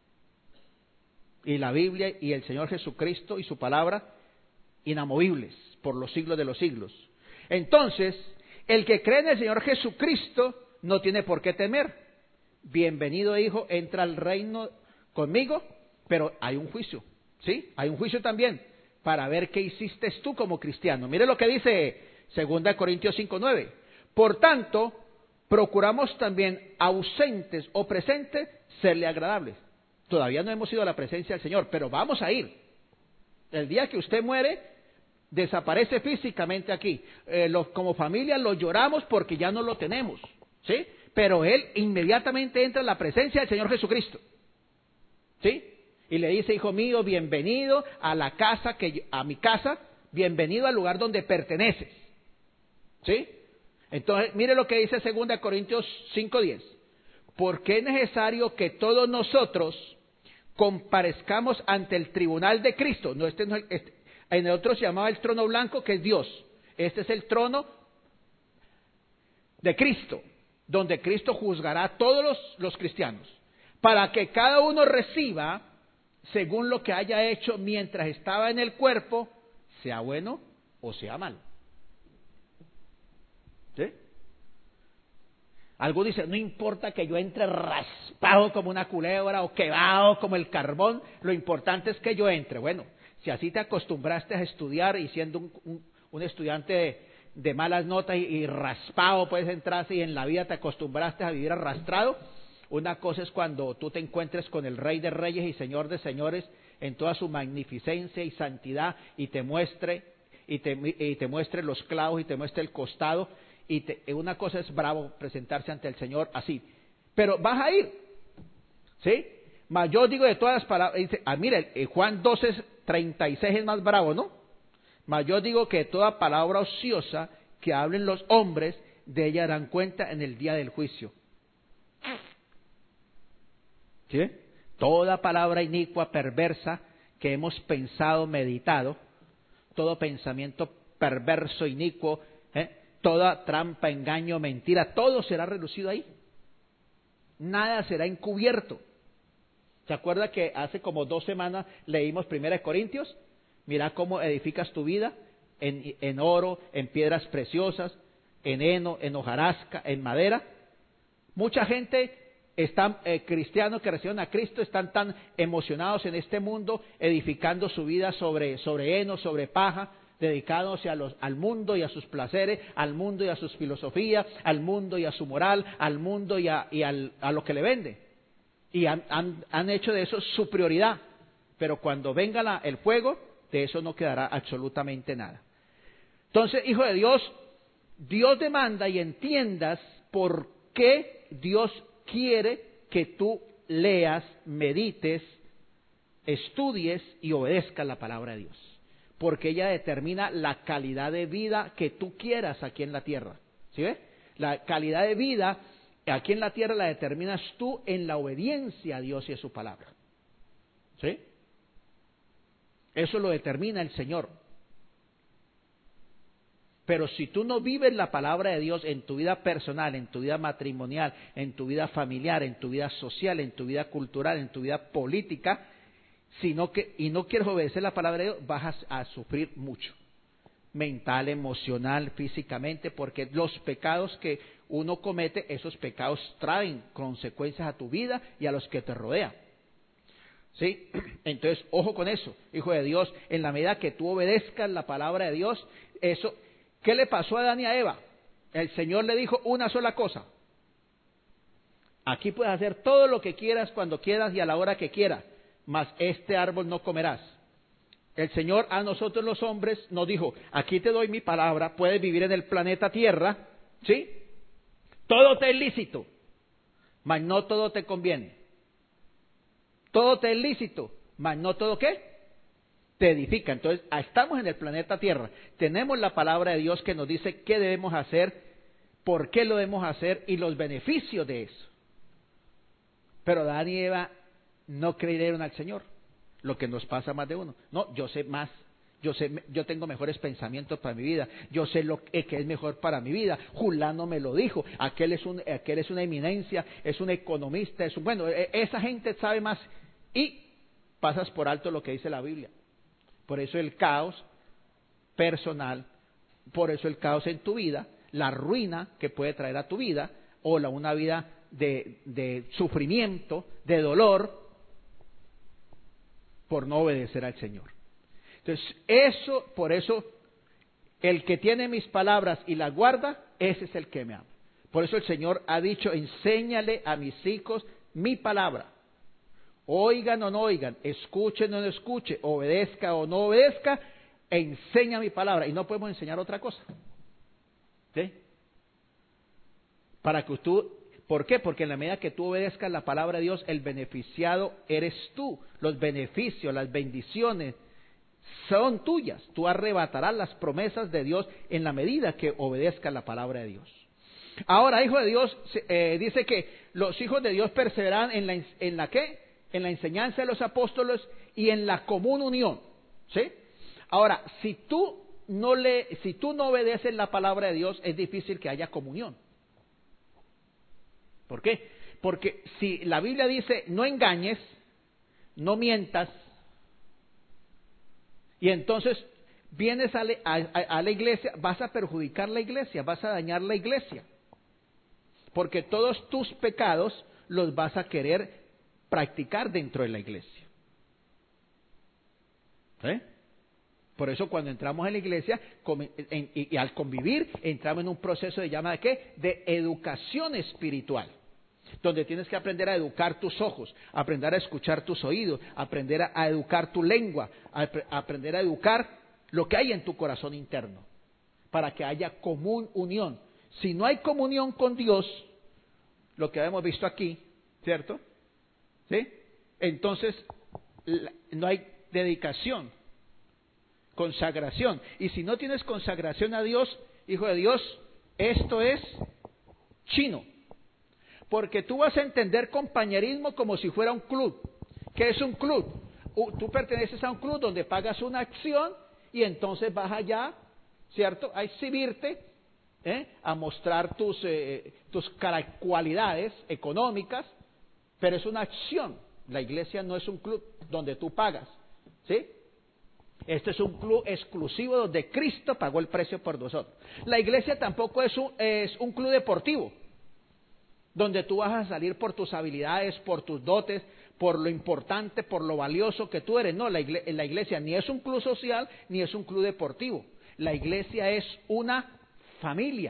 Y la Biblia y el Señor Jesucristo y su palabra inamovibles por los siglos de los siglos. Entonces, el que cree en el Señor Jesucristo no tiene por qué temer. Bienvenido, hijo, entra al reino conmigo, pero hay un juicio, ¿sí? Hay un juicio también para ver qué hiciste tú como cristiano. Mire lo que dice 2 Corintios 5:9. Por tanto, procuramos también, ausentes o presentes, serle agradables. Todavía no hemos ido a la presencia del Señor, pero vamos a ir. El día que usted muere, desaparece físicamente aquí. Como familia lo lloramos porque ya no lo tenemos, ¿sí? Pero él inmediatamente entra en la presencia del Señor Jesucristo, ¿sí? Y le dice, hijo mío, bienvenido a la casa, a mi casa, bienvenido al lugar donde perteneces, ¿sí? Entonces, mire lo que dice 2 Corintios 5:10. Porque es necesario que todos nosotros comparezcamos ante el tribunal de Cristo. No, en el otro se llamaba el trono blanco, que es Dios. Este es el trono de Cristo, donde Cristo juzgará a todos los cristianos, para que cada uno reciba según lo que haya hecho mientras estaba en el cuerpo, sea bueno o sea malo. ¿Sí? Algunos dicen, no importa que yo entre raspado como una culebra o quemado como el carbón, lo importante es que yo entre. Bueno, si así te acostumbraste a estudiar y siendo un estudiante de malas notas y raspado, pues entraste y en la vida te acostumbraste a vivir arrastrado, una cosa es cuando tú te encuentres con el Rey de Reyes y Señor de Señores en toda su magnificencia y santidad y te muestre los clavos y te muestre el costado. Una cosa es bravo presentarse ante el Señor así, pero vas a ir, ¿sí? Mas yo digo de todas las palabras, dice, mire, Juan 12:36 es más bravo, ¿no? Mas yo digo que toda palabra ociosa que hablen los hombres, de ella darán cuenta en el día del juicio. ¿Sí? Toda palabra inicua, perversa, que hemos pensado, meditado, todo pensamiento perverso, inicuo, toda trampa, engaño, mentira, todo será relucido ahí. Nada será encubierto. ¿Se acuerda que hace como 2 semanas leímos 1 Corintios? Mira cómo edificas tu vida en oro, en piedras preciosas, en heno, en hojarasca, en madera. Mucha gente cristianos que reciben a Cristo están tan emocionados en este mundo, edificando su vida sobre heno, sobre paja, dedicándose al mundo y a sus placeres, al mundo y a sus filosofías, al mundo y a su moral, al mundo y a lo que le vende. Y han hecho de eso su prioridad. Pero cuando venga el fuego, de eso no quedará absolutamente nada. Entonces, hijo de Dios, Dios demanda y entiendas por qué Dios quiere que tú leas, medites, estudies y obedezcas la palabra de Dios. Porque ella determina la calidad de vida que tú quieras aquí en la tierra. ¿Sí ves? La calidad de vida aquí en la tierra la determinas tú en la obediencia a Dios y a su palabra. ¿Sí? Eso lo determina el Señor. Pero si tú no vives la palabra de Dios en tu vida personal, en tu vida matrimonial, en tu vida familiar, en tu vida social, en tu vida cultural, en tu vida política, y no quieres obedecer la palabra de Dios, vas a sufrir mucho, mental, emocional, físicamente, porque los pecados que uno comete, esos pecados traen consecuencias a tu vida y a los que te rodean. ¿Sí? Entonces, ojo con eso, hijo de Dios, en la medida que tú obedezcas la palabra de Dios, eso, ¿qué le pasó a Adán y a Eva? El Señor le dijo una sola cosa: aquí puedes hacer todo lo que quieras, cuando quieras y a la hora que quieras, mas este árbol no comerás. El Señor a nosotros los hombres nos dijo: aquí te doy mi palabra, puedes vivir en el planeta Tierra, ¿sí? Todo te es lícito, mas no todo te conviene. Todo te es lícito, mas no todo ¿qué? Te edifica. Entonces, estamos en el planeta Tierra, tenemos la palabra de Dios que nos dice qué debemos hacer, por qué lo debemos hacer y los beneficios de eso. Pero Adán y Eva no creyeron al Señor, lo que nos pasa a más de uno. No, yo sé más, yo tengo mejores pensamientos para mi vida, yo sé lo que es mejor para mi vida. Fulano me lo dijo, aquel es una eminencia, es un economista, esa gente sabe más, y pasas por alto lo que dice la Biblia. Por eso el caos personal, por eso el caos en tu vida, la ruina que puede traer a tu vida, o una vida de sufrimiento, de dolor, por no obedecer al Señor. Entonces, por eso, el que tiene mis palabras y las guarda, ese es el que me ama. Por eso el Señor ha dicho: enséñale a mis hijos mi palabra. Oigan o no oigan, escuchen o no escuchen, obedezca o no obedezca, enseña mi palabra. Y no podemos enseñar otra cosa. ¿Sí? ¿Por qué? Porque en la medida que tú obedezcas la palabra de Dios, el beneficiado eres tú. Los beneficios, las bendiciones son tuyas. Tú arrebatarás las promesas de Dios en la medida que obedezcas la palabra de Dios. Ahora, hijo de Dios, dice que los hijos de Dios perseveran en la ¿qué? En la enseñanza de los apóstoles y en la común unión. ¿Sí? Ahora, si tú no obedeces la palabra de Dios, es difícil que haya comunión. ¿Por qué? Porque si la Biblia dice: no engañes, no mientas, y entonces vienes a la iglesia, vas a perjudicar la iglesia, vas a dañar la iglesia. porque todos tus pecados los vas a querer practicar dentro de la iglesia. ¿Sí? Por eso cuando entramos en la iglesia y al convivir, entramos en un proceso de llama de ¿qué? De educación espiritual, donde tienes que aprender a educar tus ojos, aprender a escuchar tus oídos, aprender a educar tu lengua, aprender a educar lo que hay en tu corazón interno, para que haya común unión. Si no hay comunión con Dios, lo que hemos visto aquí, ¿cierto? ¿Sí? Entonces no hay dedicación, consagración. Y si no tienes consagración a Dios, hijo de Dios, esto es chino. Porque tú vas a entender compañerismo como si fuera un club. ¿Qué es un club? Tú perteneces a un club donde pagas una acción y entonces vas allá, ¿cierto?, a exhibirte, a mostrar tus cualidades económicas, pero es una acción. La iglesia no es un club donde tú pagas, ¿sí? Este es un club exclusivo donde Cristo pagó el precio por nosotros. La iglesia tampoco es un club deportivo, donde tú vas a salir por tus habilidades, por tus dotes, por lo importante, por lo valioso que tú eres. No, la iglesia ni es un club social, ni es un club deportivo. La iglesia es una familia.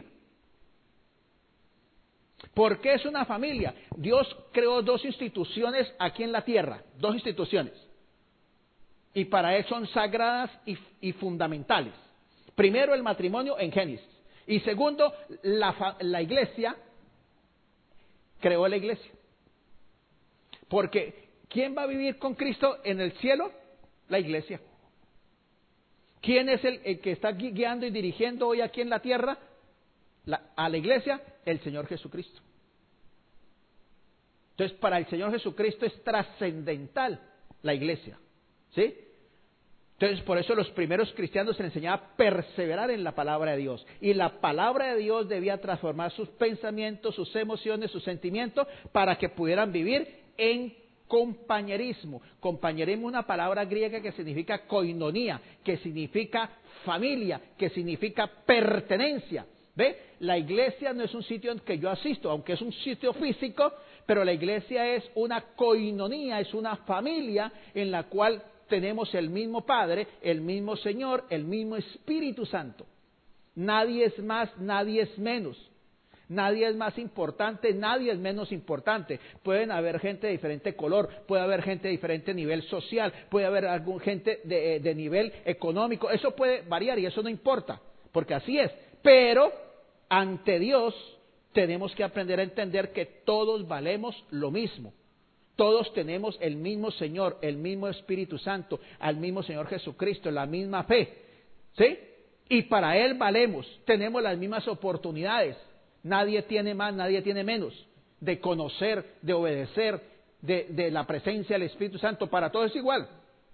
¿Por qué es una familia? Dios creó dos instituciones aquí en la tierra, dos instituciones. Y para él son sagradas y fundamentales. Primero, el matrimonio en Génesis. Y segundo, la iglesia, creó la iglesia. Porque, ¿quién va a vivir con Cristo en el cielo? La iglesia. ¿Quién es el que está guiando y dirigiendo hoy aquí en la tierra a la iglesia? El Señor Jesucristo. Entonces, para el Señor Jesucristo es trascendental la iglesia. ¿Sí? Entonces, por eso los primeros cristianos se les enseñaba a perseverar en la palabra de Dios. Y la palabra de Dios debía transformar sus pensamientos, sus emociones, sus sentimientos, para que pudieran vivir en compañerismo. Compañerismo es una palabra griega que significa koinonía, que significa familia, que significa pertenencia. ¿Ve? La iglesia no es un sitio en que yo asisto, aunque es un sitio físico, pero la iglesia es una koinonía, es una familia en la cual tenemos el mismo Padre, el mismo Señor, el mismo Espíritu Santo. Nadie es más, nadie es menos. Nadie es más importante, nadie es menos importante. Pueden haber gente de diferente color, puede haber gente de diferente nivel social, puede haber gente de nivel económico. Eso puede variar y eso no importa, porque así es. Pero ante Dios tenemos que aprender a entender que todos valemos lo mismo. Todos tenemos el mismo Señor, el mismo Espíritu Santo, al mismo Señor Jesucristo, la misma fe, ¿sí? Y para Él valemos, tenemos las mismas oportunidades. Nadie tiene más, nadie tiene menos de conocer, de obedecer, de la presencia del Espíritu Santo. Para todos es igual.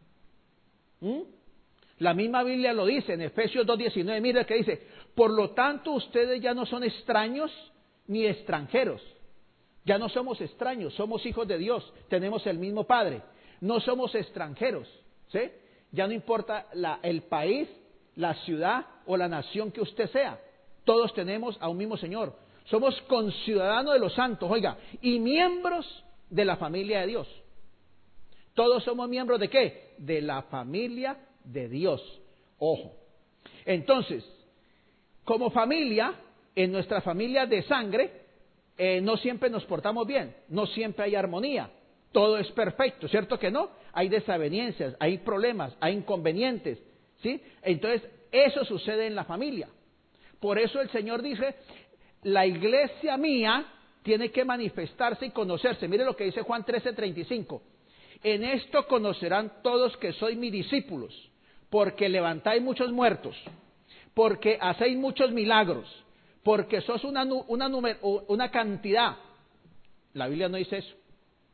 La misma Biblia lo dice en Efesios 2:19. Mira que dice: por lo tanto ustedes ya no son extraños ni extranjeros. Ya no somos extraños, somos hijos de Dios, tenemos el mismo Padre, no somos extranjeros, ¿sí? Ya no importa el país, la ciudad o la nación que usted sea, todos tenemos a un mismo Señor, somos conciudadanos de los santos, oiga, y miembros de la familia de Dios. Todos somos miembros ¿de qué? De la familia de Dios, ojo. Entonces, como familia, en nuestra familia de sangre, no siempre nos portamos bien, no siempre hay armonía, todo es perfecto, ¿cierto que no? Hay desavenencias, hay problemas, hay inconvenientes, ¿sí? Entonces, eso sucede en la familia. Por eso el Señor dice, la iglesia mía tiene que manifestarse y conocerse. Mire lo que dice Juan 13:35. En esto conocerán todos que sois mis discípulos, porque levantáis muchos muertos, porque hacéis muchos milagros, porque sos una cantidad. La Biblia no dice eso.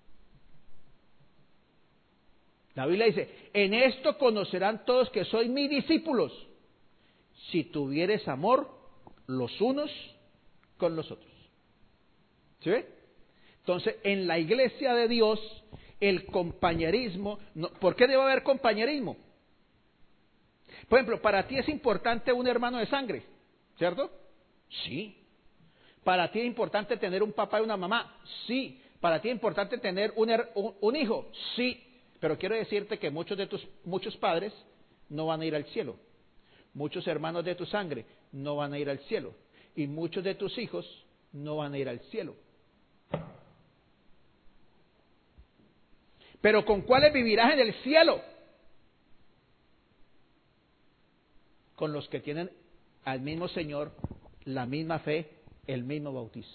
La Biblia dice, en esto conocerán todos que sois mis discípulos, si tuvieres amor los unos con los otros. ¿Sí ve? Entonces, en la iglesia de Dios, el compañerismo, ¿por qué debe haber compañerismo? Por ejemplo, para ti es importante un hermano de sangre, ¿cierto? Sí. ¿Para ti es importante tener un papá y una mamá? Sí. ¿Para ti es importante tener un hijo? Sí. Pero quiero decirte que muchos padres no van a ir al cielo. Muchos hermanos de tu sangre no van a ir al cielo. Y muchos de tus hijos no van a ir al cielo. Pero ¿con cuáles vivirás en el cielo? Con los que tienen al mismo Señor, la misma fe, el mismo bautizo.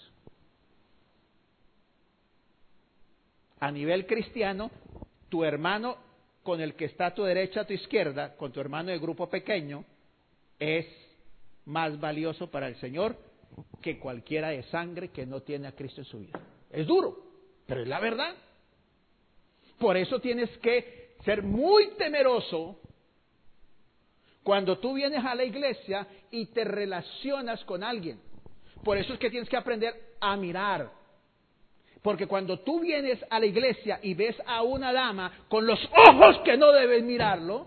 A nivel cristiano, tu hermano con el que está a tu derecha, a tu izquierda, con tu hermano de grupo pequeño, es más valioso para el Señor que cualquiera de sangre que no tiene a Cristo en su vida. Es duro, pero es la verdad. Por eso tienes que ser muy temeroso cuando tú vienes a la iglesia y te relacionas con alguien. Por eso es que tienes que aprender a mirar. Porque cuando tú vienes a la iglesia y ves a una dama con los ojos que no debes mirarlo,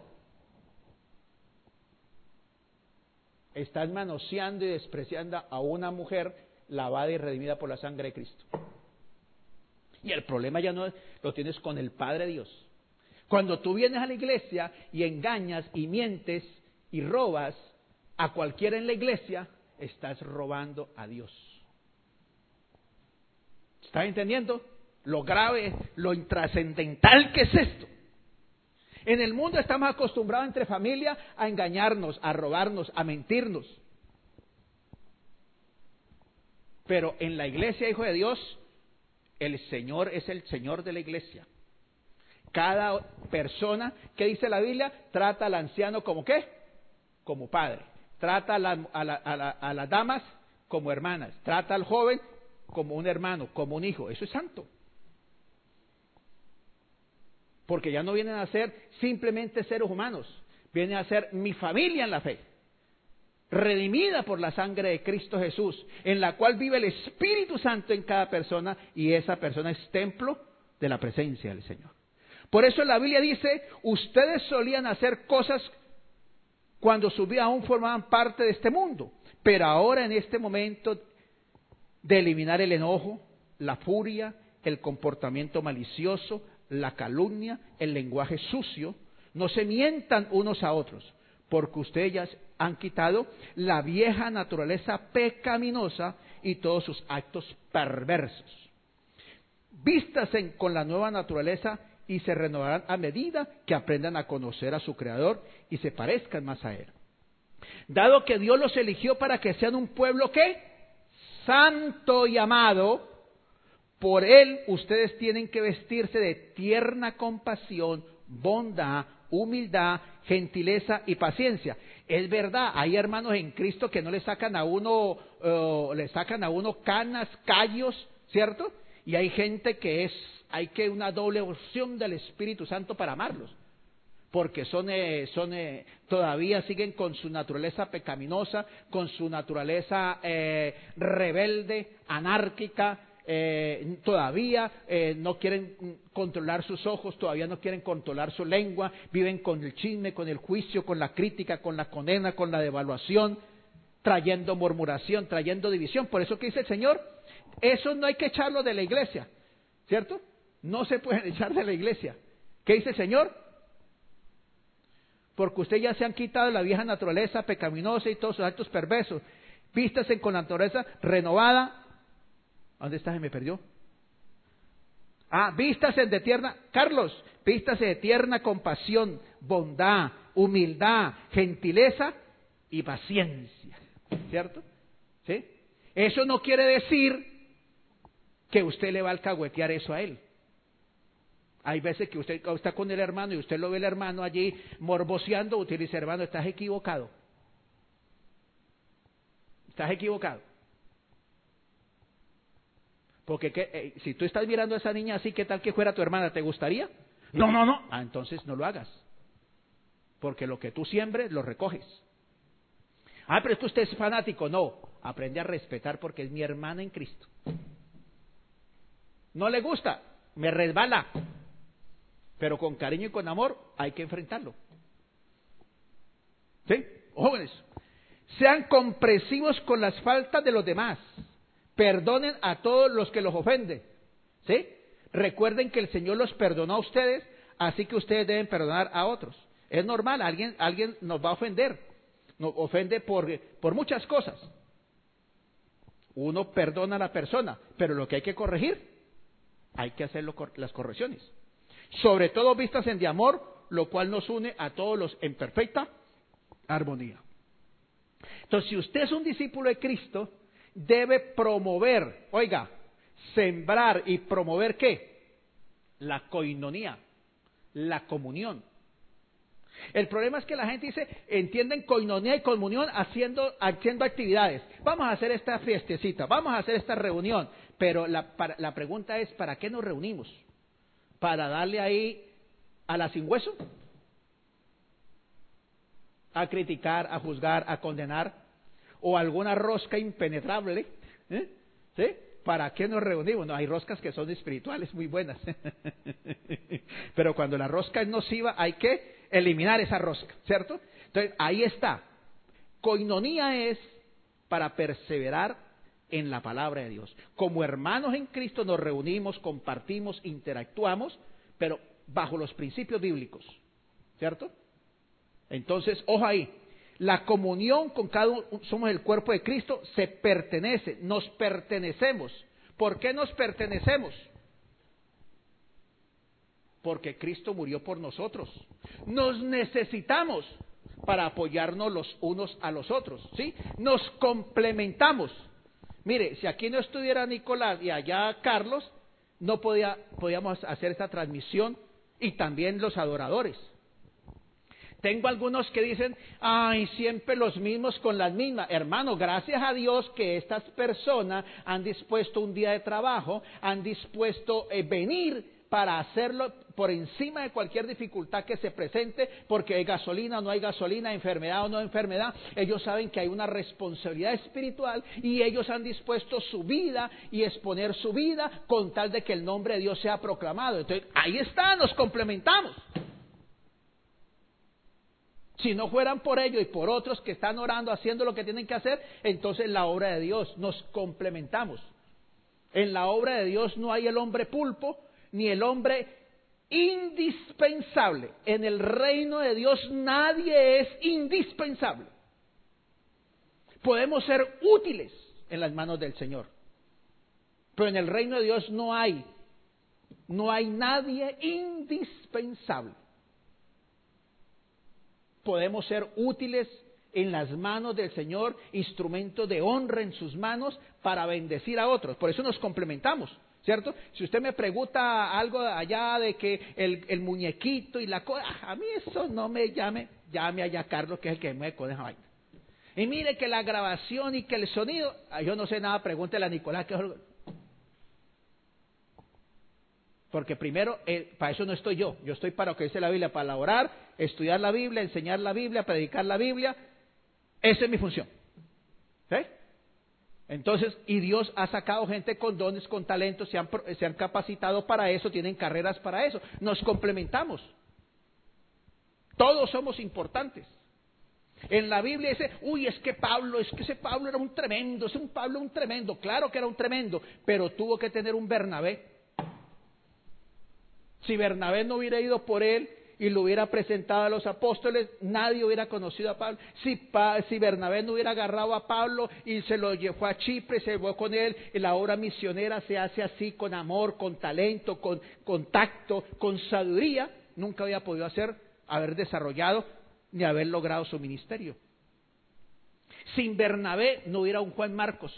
estás manoseando y despreciando a una mujer lavada y redimida por la sangre de Cristo. Y el problema ya no lo tienes con el Padre Dios. Cuando tú vienes a la iglesia y engañas y mientes y robas a cualquiera en la iglesia, estás robando a Dios. ¿Estás entendiendo lo grave, lo intrascendental que es esto? En el mundo estamos acostumbrados entre familia a engañarnos, a robarnos, a mentirnos. Pero en la iglesia, hijo de Dios, el Señor es el Señor de la iglesia. Cada persona, ¿qué dice la Biblia? Trata al anciano como ¿qué? Como padre. Trata a las damas como hermanas. Trata al joven como un hermano, como un hijo. Eso es santo. Porque ya no vienen a ser simplemente seres humanos. Vienen a ser mi familia en la fe. Redimida por la sangre de Cristo Jesús, en la cual vive el Espíritu Santo en cada persona, y esa persona es templo de la presencia del Señor. Por eso la Biblia dice, ustedes solían hacer cosas cuando su vida aún formaban parte de este mundo, pero ahora en este momento de eliminar el enojo, la furia, el comportamiento malicioso, la calumnia, el lenguaje sucio, no se mientan unos a otros, porque ustedes ya han quitado la vieja naturaleza pecaminosa y todos sus actos perversos. Vístanse con la nueva naturaleza y se renovarán a medida que aprendan a conocer a su Creador y se parezcan más a Él. Dado que Dios los eligió para que sean un pueblo ¿qué? Santo y amado, por Él ustedes tienen que vestirse de tierna compasión, bondad, humildad, gentileza y paciencia. Es verdad, hay hermanos en Cristo que no le sacan a uno canas, callos, ¿cierto? Y hay gente que hay que una doble porción del Espíritu Santo para amarlos, porque todavía siguen con su naturaleza pecaminosa, con su naturaleza rebelde, anárquica. Todavía no quieren controlar sus ojos, todavía no quieren controlar su lengua, viven con el chisme, con el juicio, con la crítica, con la condena, con la devaluación, trayendo murmuración, trayendo división. Por eso que dice el Señor, eso no hay que echarlo de la iglesia, ¿cierto? No se pueden echar de la iglesia. ¿Qué dice el Señor? Porque ustedes ya se han quitado la vieja naturaleza pecaminosa y todos sus actos perversos. Vístanse con la naturaleza renovada. ¿Dónde está? Se me perdió. Vístase de tierna, Carlos, vístase de tierna compasión, bondad, humildad, gentileza y paciencia. ¿Cierto? ¿Sí? Eso no quiere decir que usted le va a alcahuetear eso a él. Hay veces que usted está con el hermano y usted lo ve el hermano allí morboseando, usted dice, hermano, estás equivocado. Estás equivocado. Porque si tú estás mirando a esa niña así, ¿qué tal que fuera tu hermana? ¿Te gustaría? No. Entonces no lo hagas. Porque lo que tú siembres, lo recoges. Pero es que usted es fanático. No, aprende a respetar porque es mi hermana en Cristo. No le gusta, me resbala. Pero con cariño y con amor hay que enfrentarlo. ¿Sí? Jóvenes, sean comprensivos con las faltas de los demás. Perdonen a todos los que los ofenden, ¿sí? Recuerden que el Señor los perdonó a ustedes, así que ustedes deben perdonar a otros. Es normal, alguien nos va a ofender, nos ofende por muchas cosas. Uno perdona a la persona, pero lo que hay que corregir, hay que hacer las correcciones. Sobre todo vistas en de amor, lo cual nos une a todos los en perfecta armonía. Entonces, si usted es un discípulo de Cristo, debe promover, oiga, sembrar y promover ¿qué? La coinonía, la comunión. El problema es que la gente dice, entienden coinonía y comunión haciendo actividades. Vamos a hacer esta fiestecita, vamos a hacer esta reunión. Pero la pregunta es, ¿para qué nos reunimos? ¿Para darle ahí a la sin hueso? ¿A criticar, a juzgar, a condenar? ¿O alguna rosca impenetrable? ¿Sí? ¿Para qué nos reunimos? No, hay roscas que son espirituales muy buenas. Pero cuando la rosca es nociva, hay que eliminar esa rosca, ¿cierto? Entonces, ahí está. Coinonía es para perseverar en la palabra de Dios. Como hermanos en Cristo nos reunimos, compartimos, interactuamos, pero bajo los principios bíblicos, ¿cierto? Entonces, ojo ahí. La comunión con cada uno, somos el cuerpo de Cristo, se pertenece, nos pertenecemos. ¿Por qué nos pertenecemos? Porque Cristo murió por nosotros. Nos necesitamos para apoyarnos los unos a los otros, ¿sí? Nos complementamos. Mire, si aquí no estuviera Nicolás y allá Carlos, no podíamos hacer esta transmisión, y también los adoradores. Tengo algunos que dicen, ay, siempre los mismos con las mismas. Hermano, gracias a Dios que estas personas han dispuesto un día de trabajo, han dispuesto venir para hacerlo por encima de cualquier dificultad que se presente, porque hay gasolina o no hay gasolina, enfermedad o no enfermedad. Ellos saben que hay una responsabilidad espiritual y ellos han dispuesto su vida y exponer su vida con tal de que el nombre de Dios sea proclamado. Entonces, ahí está, nos complementamos. Si no fueran por ellos y por otros que están orando, haciendo lo que tienen que hacer, entonces la obra de Dios, nos complementamos. En la obra de Dios no hay el hombre pulpo, ni el hombre indispensable. En el reino de Dios nadie es indispensable. Podemos ser útiles en las manos del Señor, pero en el reino de Dios no hay nadie indispensable. Podemos ser útiles en las manos del Señor, instrumentos de honra en sus manos para bendecir a otros. Por eso nos complementamos, ¿cierto? Si usted me pregunta algo allá de que el muñequito y la cosa, a mí eso no me llame allá Carlos, que es el que me con esa vaina. Y mire que la grabación y que el sonido, yo no sé nada, pregúntele a Nicolás, porque primero, para eso no estoy yo estoy para lo que dice la Biblia, para orar, estudiar la Biblia, enseñar la Biblia, predicar la Biblia. Esa es mi función, ¿sí? Entonces, y Dios ha sacado gente con dones, con talentos, se han capacitado para eso, tienen carreras para eso, nos complementamos. Todos somos importantes. En la Biblia dice, es que ese Pablo era un tremendo, claro que era un tremendo, pero tuvo que tener un Bernabé. Si Bernabé no hubiera ido por él y lo hubiera presentado a los apóstoles, nadie hubiera conocido a Pablo. Si Bernabé no hubiera agarrado a Pablo y se lo llevó a Chipre, se llevó con él, la obra misionera se hace así, con amor, con talento, con tacto, con sabiduría, nunca había podido haber desarrollado ni haber logrado su ministerio. Sin Bernabé no hubiera un Juan Marcos.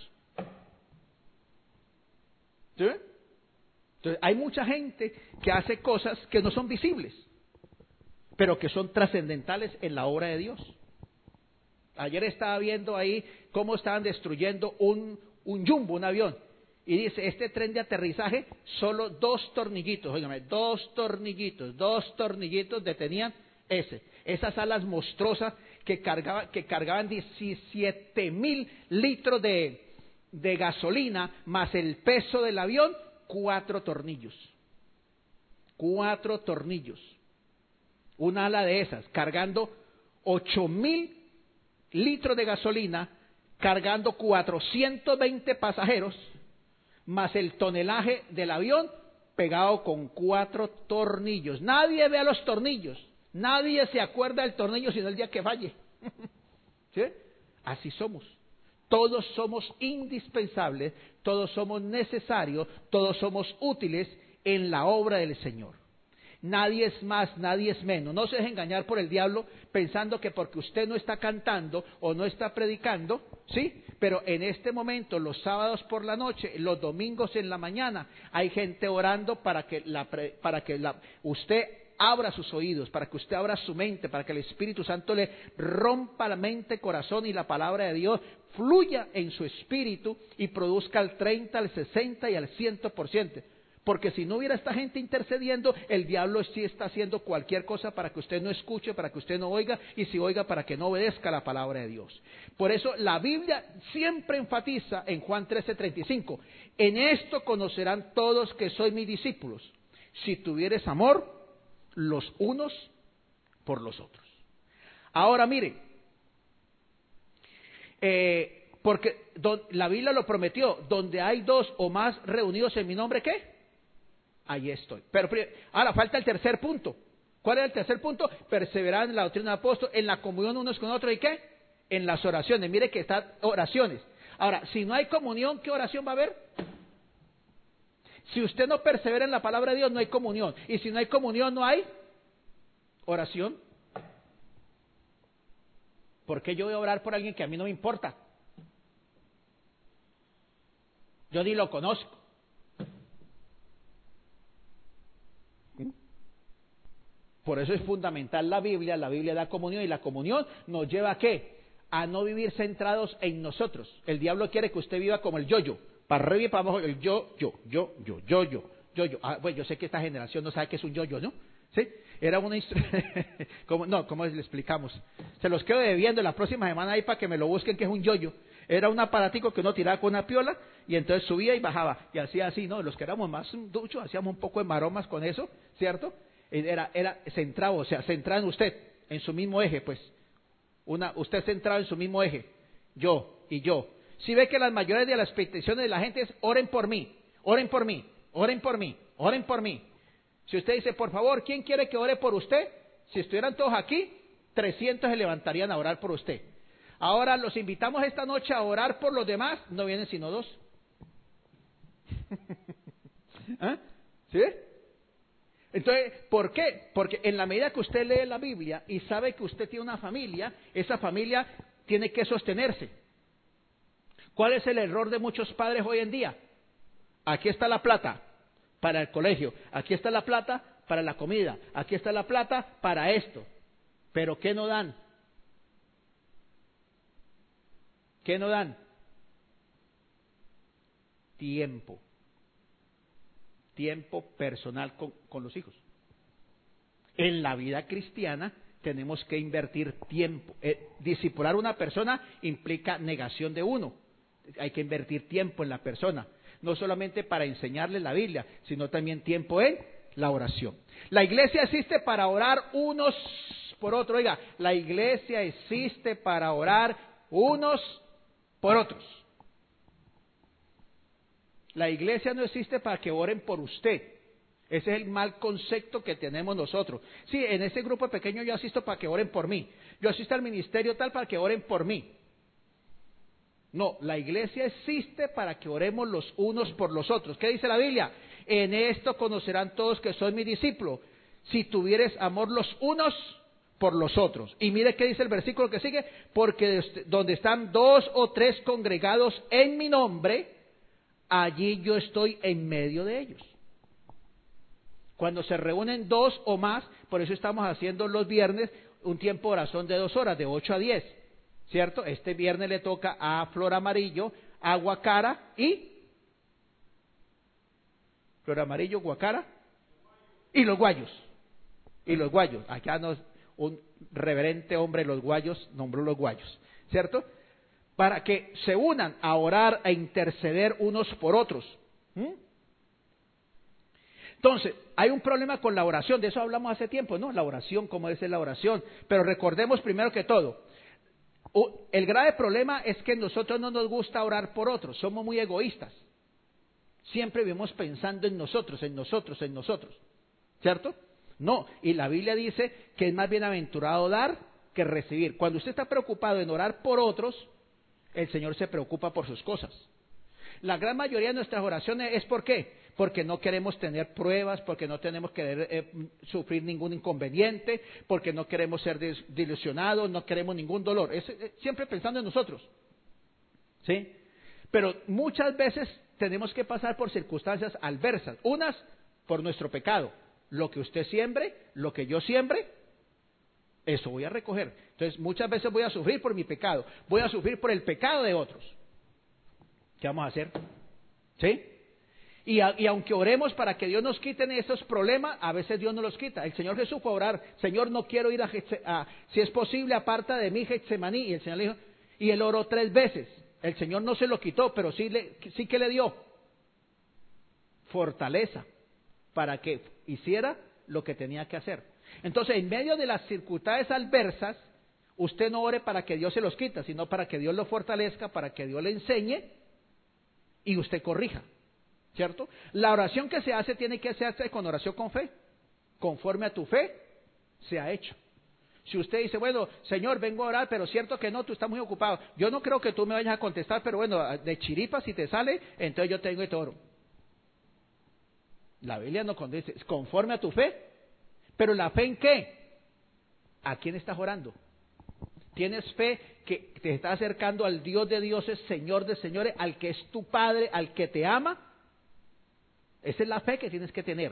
¿Sí? Entonces, hay mucha gente que hace cosas que no son visibles, pero que son trascendentales en la obra de Dios. Ayer estaba viendo ahí cómo estaban destruyendo un jumbo, un avión, y dice, este tren de aterrizaje, solo 2 tornillitos, óigame, 2 tornillitos detenían esas alas monstruosas que cargaban 17,000 litros de gasolina, más el peso del avión, 4 tornillos. 4 tornillos. Un ala de esas, cargando 8,000 litros de gasolina, cargando 420 pasajeros, más el tonelaje del avión pegado con 4 tornillos. Nadie ve a los tornillos, nadie se acuerda del tornillo sino el día que falle. ¿Sí? Así somos. Todos somos indispensables, todos somos necesarios, todos somos útiles en la obra del Señor. Nadie es más, nadie es menos. No se deje engañar por el diablo pensando que porque usted no está cantando o no está predicando, ¿sí? Pero en este momento, los sábados por la noche, los domingos en la mañana, hay gente orando para que usted abra sus oídos, para que usted abra su mente, para que el Espíritu Santo le rompa la mente, corazón y la palabra de Dios fluya en su espíritu y produzca al 30, al 60 y al 100%. Porque si no hubiera esta gente intercediendo, el diablo sí está haciendo cualquier cosa para que usted no escuche, para que usted no oiga, y si oiga, para que no obedezca la palabra de Dios. Por eso la Biblia siempre enfatiza en Juan 13:35, en esto conocerán todos que sois mis discípulos, si tuvieres amor los unos por los otros. Ahora mire, porque la Biblia lo prometió, donde hay 2 o más reunidos en mi nombre, ¿qué? Ahí estoy. Pero ahora falta el tercer punto. ¿Cuál es el tercer punto? Perseverar en la doctrina del apóstol, en la comunión unos con otros, ¿y qué? En las oraciones. Mire que están oraciones. Ahora, si no hay comunión, ¿qué oración va a haber? Si usted no persevera en la palabra de Dios, no hay comunión. Y si no hay comunión, no hay oración. ¿Por qué yo voy a orar por alguien que a mí no me importa? Yo ni lo conozco. Por eso es fundamental la Biblia da comunión, y la comunión nos lleva ¿a qué? A no vivir centrados en nosotros. El diablo quiere que usted viva como el yo-yo, para arriba y para abajo, el yo. Bueno, yo sé que esta generación no sabe qué es un yo-yo, ¿no? ¿Sí? Era una ¿cómo le explicamos? Se los quedo debiendo la próxima semana ahí para que me lo busquen, que es un yo-yo. Era un aparatico que uno tiraba con una piola y entonces subía y bajaba, y hacía así, ¿no? Los que éramos más duchos hacíamos un poco de maromas con eso, ¿cierto? Era centrado, o sea, centrado en usted, en su mismo eje, pues. Usted centrado en su mismo eje, yo y yo. Si ve que las mayores de las peticiones de la gente es oren por mí, oren por mí, oren por mí, oren por mí. Si usted dice, por favor, ¿quién quiere que ore por usted? Si estuvieran todos aquí, 300 se levantarían a orar por usted. Ahora los invitamos esta noche a orar por los demás, no vienen sino 2. ¿Ah? ¿Sí? Entonces, ¿por qué? Porque en la medida que usted lee la Biblia y sabe que usted tiene una familia, esa familia tiene que sostenerse. ¿Cuál es el error de muchos padres hoy en día? Aquí está la plata para el colegio, aquí está la plata para la comida, aquí está la plata para esto. ¿Pero qué no dan? ¿Qué no dan? Tiempo. Tiempo personal con los hijos. En la vida cristiana tenemos que invertir tiempo. Discipular a una persona implica negación de uno. Hay que invertir tiempo en la persona, no solamente para enseñarle la Biblia, sino también tiempo en la oración. La iglesia existe para orar unos por otros. Oiga, la iglesia existe para orar unos por otros. La iglesia no existe para que oren por usted. Ese es el mal concepto que tenemos nosotros. Sí, en ese grupo pequeño yo asisto para que oren por mí. Yo asisto al ministerio tal para que oren por mí. No, la iglesia existe para que oremos los unos por los otros. ¿Qué dice la Biblia? En esto conocerán todos que soy mi discípulo, si tuvieres amor los unos por los otros. Y mire qué dice el versículo que sigue, porque donde están 2 o 3 congregados en mi nombre, allí yo estoy en medio de ellos. Cuando se reúnen 2 o más, por eso estamos haciendo los viernes un tiempo de oración de 2 horas, de 8 a 10, ¿cierto? Este viernes le toca a Flor Amarillo, a Guacara y Flor Amarillo, Guacara y los Guayos. Y los Guayos, acá un reverente hombre de los Guayos nombró los Guayos, ¿cierto? Para que se unan a orar, a interceder unos por otros. Entonces, hay un problema con la oración, de eso hablamos hace tiempo, ¿no? La oración, cómo es la oración. Pero recordemos primero que todo, El grave problema es que nosotros no nos gusta orar por otros, somos muy egoístas. Siempre vivimos pensando en nosotros, ¿cierto? No, y la Biblia dice que es más bienaventurado dar que recibir. Cuando usted está preocupado en orar por otros, el Señor se preocupa por sus cosas. La gran mayoría de nuestras oraciones es ¿por qué? Porque no queremos tener pruebas, porque no tenemos que sufrir ningún inconveniente, porque no queremos ser desilusionados, no queremos ningún dolor. Es siempre pensando en nosotros, ¿sí? Pero muchas veces tenemos que pasar por circunstancias adversas. Unas, por nuestro pecado. Lo que usted siembre, lo que yo siembre, eso voy a recoger. Entonces, muchas veces voy a sufrir por mi pecado. Voy a sufrir por el pecado de otros. ¿Qué vamos a hacer? ¿Sí? Y aunque oremos para que Dios nos quite esos problemas, a veces Dios no los quita. El Señor Jesús fue a orar, Señor, no quiero ir si es posible, aparta de mí Getsemaní. Y el Señor le dijo, y él oró 3 veces. El Señor no se lo quitó, pero sí que le dio fortaleza para que hiciera lo que tenía que hacer. Entonces, en medio de las circunstancias adversas, usted no ore para que Dios se los quita, sino para que Dios lo fortalezca, para que Dios le enseñe y usted corrija, ¿cierto? La oración que se hace tiene que hacerse con oración con fe. Conforme a tu fe, se ha hecho. Si usted dice, bueno, Señor, vengo a orar, pero cierto que no, tú estás muy ocupado. Yo no creo que tú me vayas a contestar, pero bueno, de chiripa si te sale, entonces yo tengo y te oro. La Biblia no dice, conforme a tu fe. ¿Pero la fe en qué? ¿A quién estás orando? ¿Tienes fe que te está acercando al Dios de dioses, Señor de señores, al que es tu Padre, al que te ama? Esa es la fe que tienes que tener.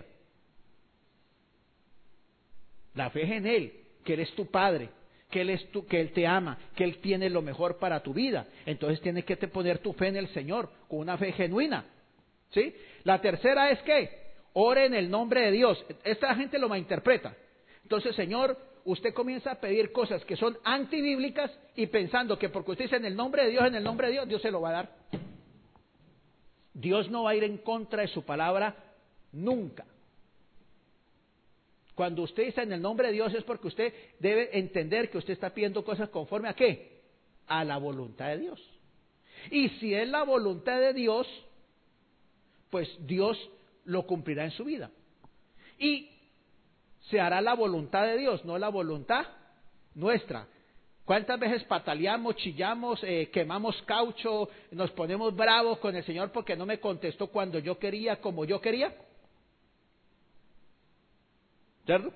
La fe es en Él, que Él es tu Padre, que Él te ama, que Él tiene lo mejor para tu vida. Entonces tienes que poner tu fe en el Señor, con una fe genuina, ¿sí? La tercera es que ore en el nombre de Dios. Esta gente lo malinterpreta. Entonces, Señor, usted comienza a pedir cosas que son antibíblicas y pensando que porque usted dice en el nombre de Dios, Dios se lo va a dar. Dios no va a ir en contra de su palabra nunca. Cuando usted dice en el nombre de Dios es porque usted debe entender que usted está pidiendo cosas conforme a ¿qué? A la voluntad de Dios. Y si es la voluntad de Dios, pues Dios lo cumplirá en su vida. Y se hará la voluntad de Dios, no la voluntad nuestra. ¿Cuántas veces pataleamos, chillamos, quemamos caucho, nos ponemos bravos con el Señor porque no me contestó cuando yo quería, como yo quería? ¿Cierto?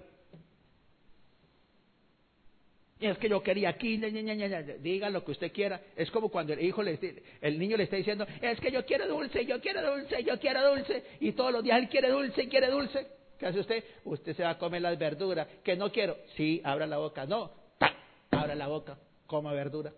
Y es que yo quería aquí, diga lo que usted quiera. Es como cuando el niño le está diciendo, es que yo quiero dulce, yo quiero dulce, yo quiero dulce. Y todos los días él quiere dulce, quiere dulce. ¿Qué hace usted? Usted se va a comer las verduras. Que no quiero. Sí, abra la boca. No, abra la boca, coma verdura.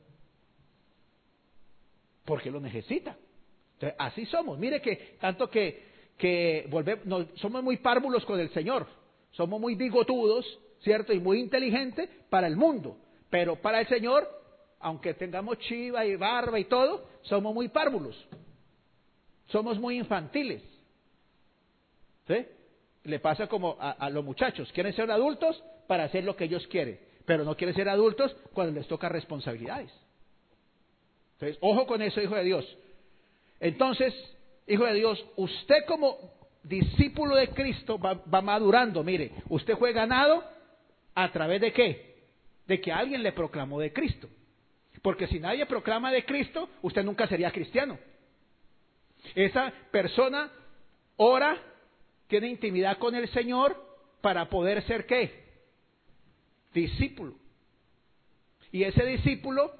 Porque lo necesita. Entonces, así somos. Mire que tanto que volvemos, somos muy párvulos con el Señor. Somos muy bigotudos, ¿cierto? Y muy inteligentes para el mundo. Pero para el Señor, aunque tengamos chiva y barba y todo, somos muy párvulos. Somos muy infantiles. ¿Sí? Le pasa como a los muchachos. Quieren ser adultos para hacer lo que ellos quieren. Pero no quieren ser adultos cuando les toca responsabilidades. Entonces, ojo con eso, hijo de Dios. Entonces, hijo de Dios, usted como discípulo de Cristo va madurando. Mire, usted fue ganado a través de ¿qué? De que alguien le proclamó de Cristo. Porque si nadie proclama de Cristo, usted nunca sería cristiano. Esa persona ora, tiene intimidad con el Señor para poder ser ¿qué? Discípulo. Y ese discípulo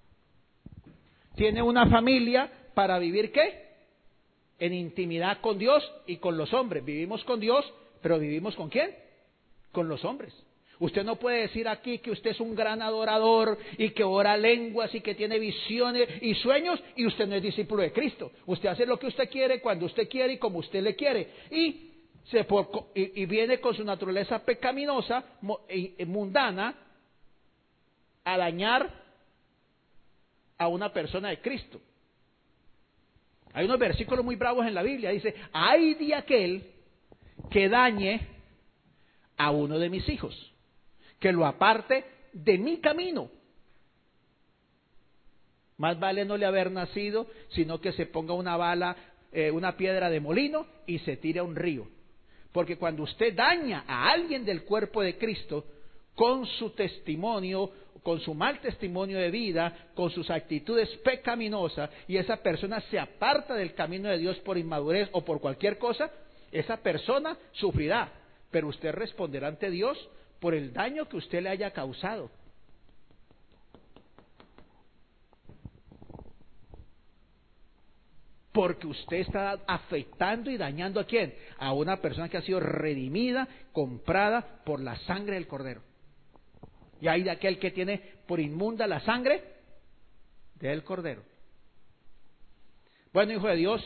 tiene una familia para vivir ¿qué? En intimidad con Dios y con los hombres. Vivimos con Dios, pero vivimos ¿con quién? Con los hombres. Usted no puede decir aquí que usted es un gran adorador y que ora lenguas y que tiene visiones y sueños y usted no es discípulo de Cristo. Usted hace lo que usted quiere, cuando usted quiere y como usted le quiere. Y viene con su naturaleza pecaminosa y mundana a dañar a una persona de Cristo. Hay unos versículos muy bravos en la Biblia. Dice, ay de aquel que dañe a uno de mis hijos, que lo aparte de mi camino. Más vale no le haber nacido, sino que se ponga una bala, una piedra de molino y se tire a un río. Porque cuando usted daña a alguien del cuerpo de Cristo con su testimonio, con su mal testimonio de vida, con sus actitudes pecaminosas, y esa persona se aparta del camino de Dios por inmadurez o por cualquier cosa, esa persona sufrirá, pero usted responderá ante Dios por el daño que usted le haya causado. Porque usted está afectando y dañando ¿a quién? A una persona que ha sido redimida, comprada por la sangre del Cordero. Y hay de aquel que tiene por inmunda la sangre del Cordero. Bueno, hijo de Dios,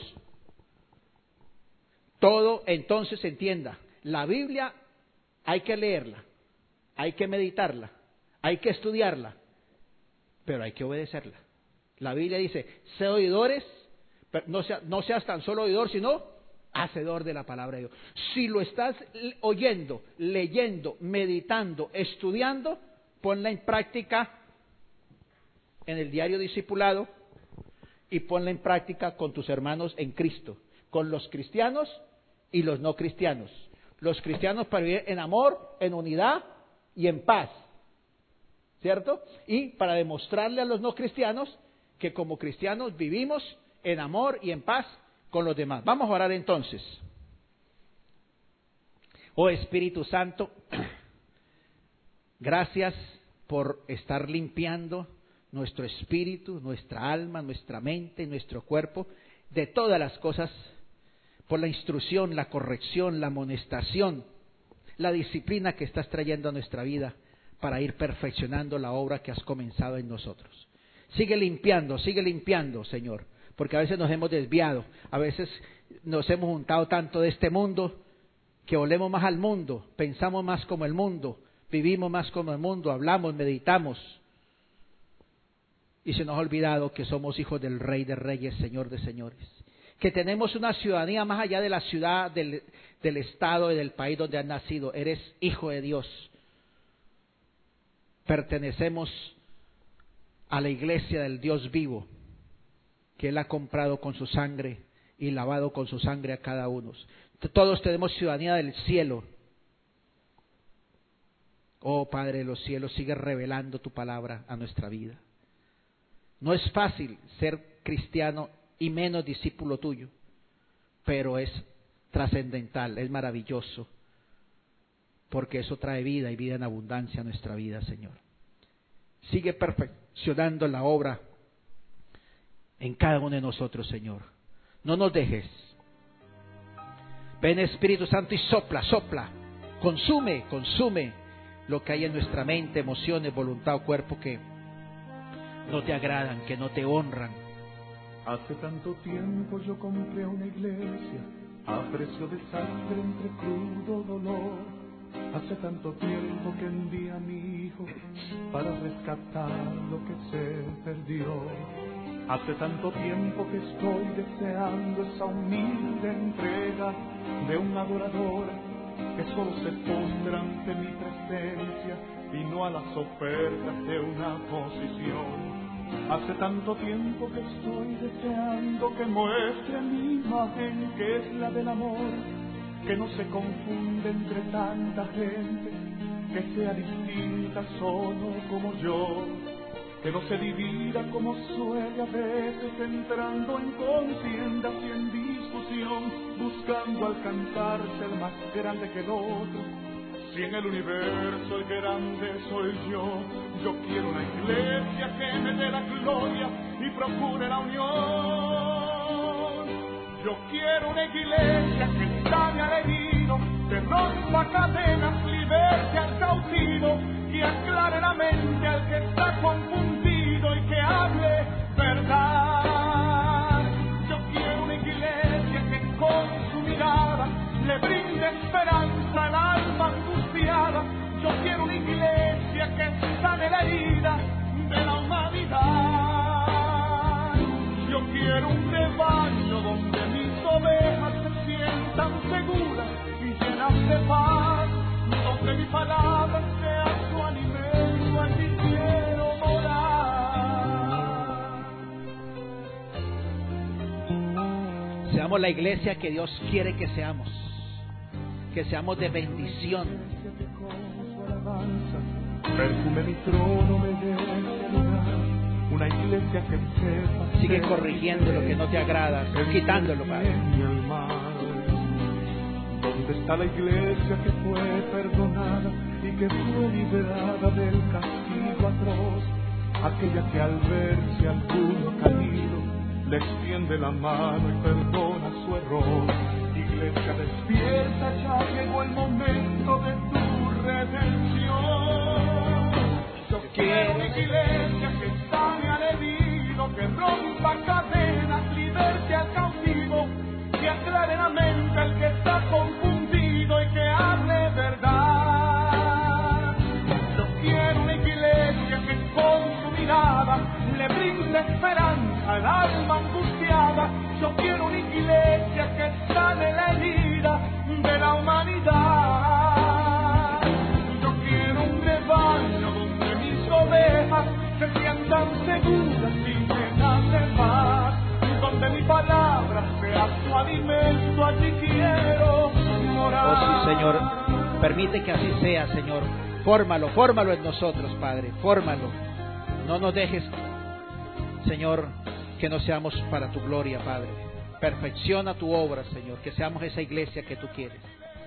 todo entonces se entienda. La Biblia hay que leerla, hay que meditarla, hay que estudiarla, pero hay que obedecerla. La Biblia dice, sé oidores, no seas tan solo oidor, sino hacedor de la palabra de Dios. Si lo estás oyendo, leyendo, meditando, estudiando, ponla en práctica en el diario discipulado y ponla en práctica con tus hermanos en Cristo, con los cristianos y los no cristianos. Los cristianos para vivir en amor, en unidad y en paz, ¿cierto? Y para demostrarle a los no cristianos que como cristianos vivimos en amor y en paz con los demás. Vamos a orar entonces. Oh Espíritu Santo, gracias por estar limpiando nuestro espíritu, nuestra alma, nuestra mente, nuestro cuerpo, de todas las cosas, por la instrucción, la corrección, la amonestación, la disciplina que estás trayendo a nuestra vida para ir perfeccionando la obra que has comenzado en nosotros. Sigue limpiando, Señor, porque a veces nos hemos desviado, a veces nos hemos juntado tanto de este mundo que olemos más al mundo, pensamos más como el mundo, vivimos más como el mundo, hablamos, meditamos, y se nos ha olvidado que somos hijos del Rey de Reyes, Señor de Señores, que tenemos una ciudadanía más allá de la ciudad, del estado y del país donde has nacido. Eres hijo de Dios, pertenecemos a la iglesia del Dios vivo, que Él ha comprado con su sangre y lavado con su sangre a cada uno. Todos tenemos ciudadanía del cielo. Oh Padre de los cielos, sigue revelando tu palabra a nuestra vida. No es fácil ser cristiano y menos discípulo tuyo, pero es trascendental, es maravilloso, porque eso trae vida y vida en abundancia a nuestra vida, Señor. Sigue perfeccionando la obra en cada uno de nosotros, Señor. No nos dejes. Ven Espíritu Santo y sopla, consume lo que hay en nuestra mente, emociones, voluntad o cuerpo que no te agradan, que no te honran. Hace tanto tiempo yo compré una iglesia a precio de sangre entre crudo dolor. Hace tanto tiempo que envié a mi hijo para rescatar lo que se perdió. Hace tanto tiempo que estoy deseando esa humilde entrega de un adorador que solo se postra ante mi presencia y no a las ofertas de una posición. Hace tanto tiempo que estoy deseando que muestre mi imagen, que es la del amor, que no se confunde entre tanta gente, que sea distinta solo como yo, que no se divida como suele a veces, entrando en contiendas y en discusión, buscando alcanzarse el más grande que el otro. Si en el universo el grande soy yo quiero una iglesia que me dé la gloria y procure la unión. Yo quiero una iglesia que sane al herido, que rompa cadenas, liberte al cautivo, que aclare la mente al que está confundido y que hable verdad. Yo quiero una iglesia que con su mirada le brinde esperanza al alma angustiada. Yo quiero una iglesia que sane la herida de la humanidad. Yo quiero un rebaño donde mis ovejas se sientan seguras y llenas de paz, donde mi palabra sea su alimento, allí quiero morar. Seamos la iglesia que Dios quiere que seamos de bendición. Perfume mi trono, me dé lugar, una iglesia que sepa. Sigue corrigiendo lo que no te agrada, quitándolo, Padre. ¿Dónde está la iglesia que fue perdonada y que fue liberada del castigo atroz? Aquella que al verse alguno caído le extiende la mano y perdona su error. Iglesia despierta, ya llegó el momento de tu redención. Yo quiero una iglesia que sane al herido, que rompa cadenas, liberte al cautivo, que aclare la mente al que está confundido y que hable verdad. Yo quiero una iglesia que con su mirada le brinde esperanza al alma angustiada. Yo quiero una iglesia que sane la herida de la humanidad. Yo quiero un rebaño donde mis ovejas se sientan seguras y llenas de paz, donde mi palabra sea su alimento. Allí quiero morar. Oh sí, Señor, permite que así sea, Señor. Fórmalo en nosotros, Padre, fórmalo. No nos dejes, Señor, que no seamos para tu gloria, Padre. Perfecciona tu obra, Señor, que seamos esa iglesia que tú quieres.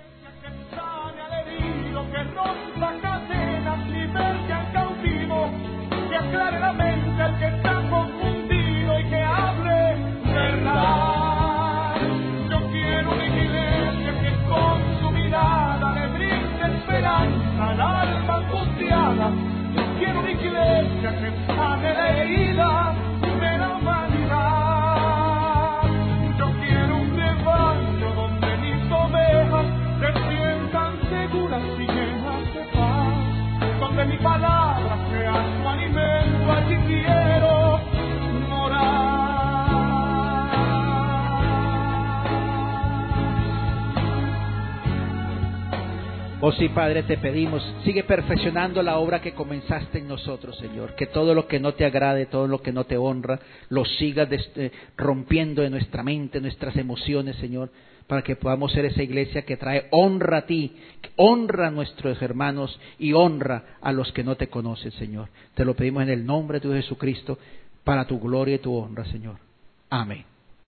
Que rompa cadenas, liberte al cautivo, que aclare la mente al que está confundido y que hable verdad. Yo quiero una iglesia que con su mirada le brinde esperanza al alma angustiada. Yo quiero una iglesia que sane la herida de la humanidad. Yo quiero un rebaño donde mis ovejas se sientan seguras y llenas de paz, donde mi palabra sea su alimento. Allí quiero morar. Oh sí, Padre, te pedimos, sigue perfeccionando la obra que comenzaste en nosotros, Señor. Que todo lo que no te agrade, todo lo que no te honra, lo sigas rompiendo en nuestra mente, en nuestras emociones, Señor, para que podamos ser esa iglesia que trae honra a ti, que honra a nuestros hermanos y honra a los que no te conocen, Señor. Te lo pedimos en el nombre de Jesucristo, para tu gloria y tu honra, Señor. Amén.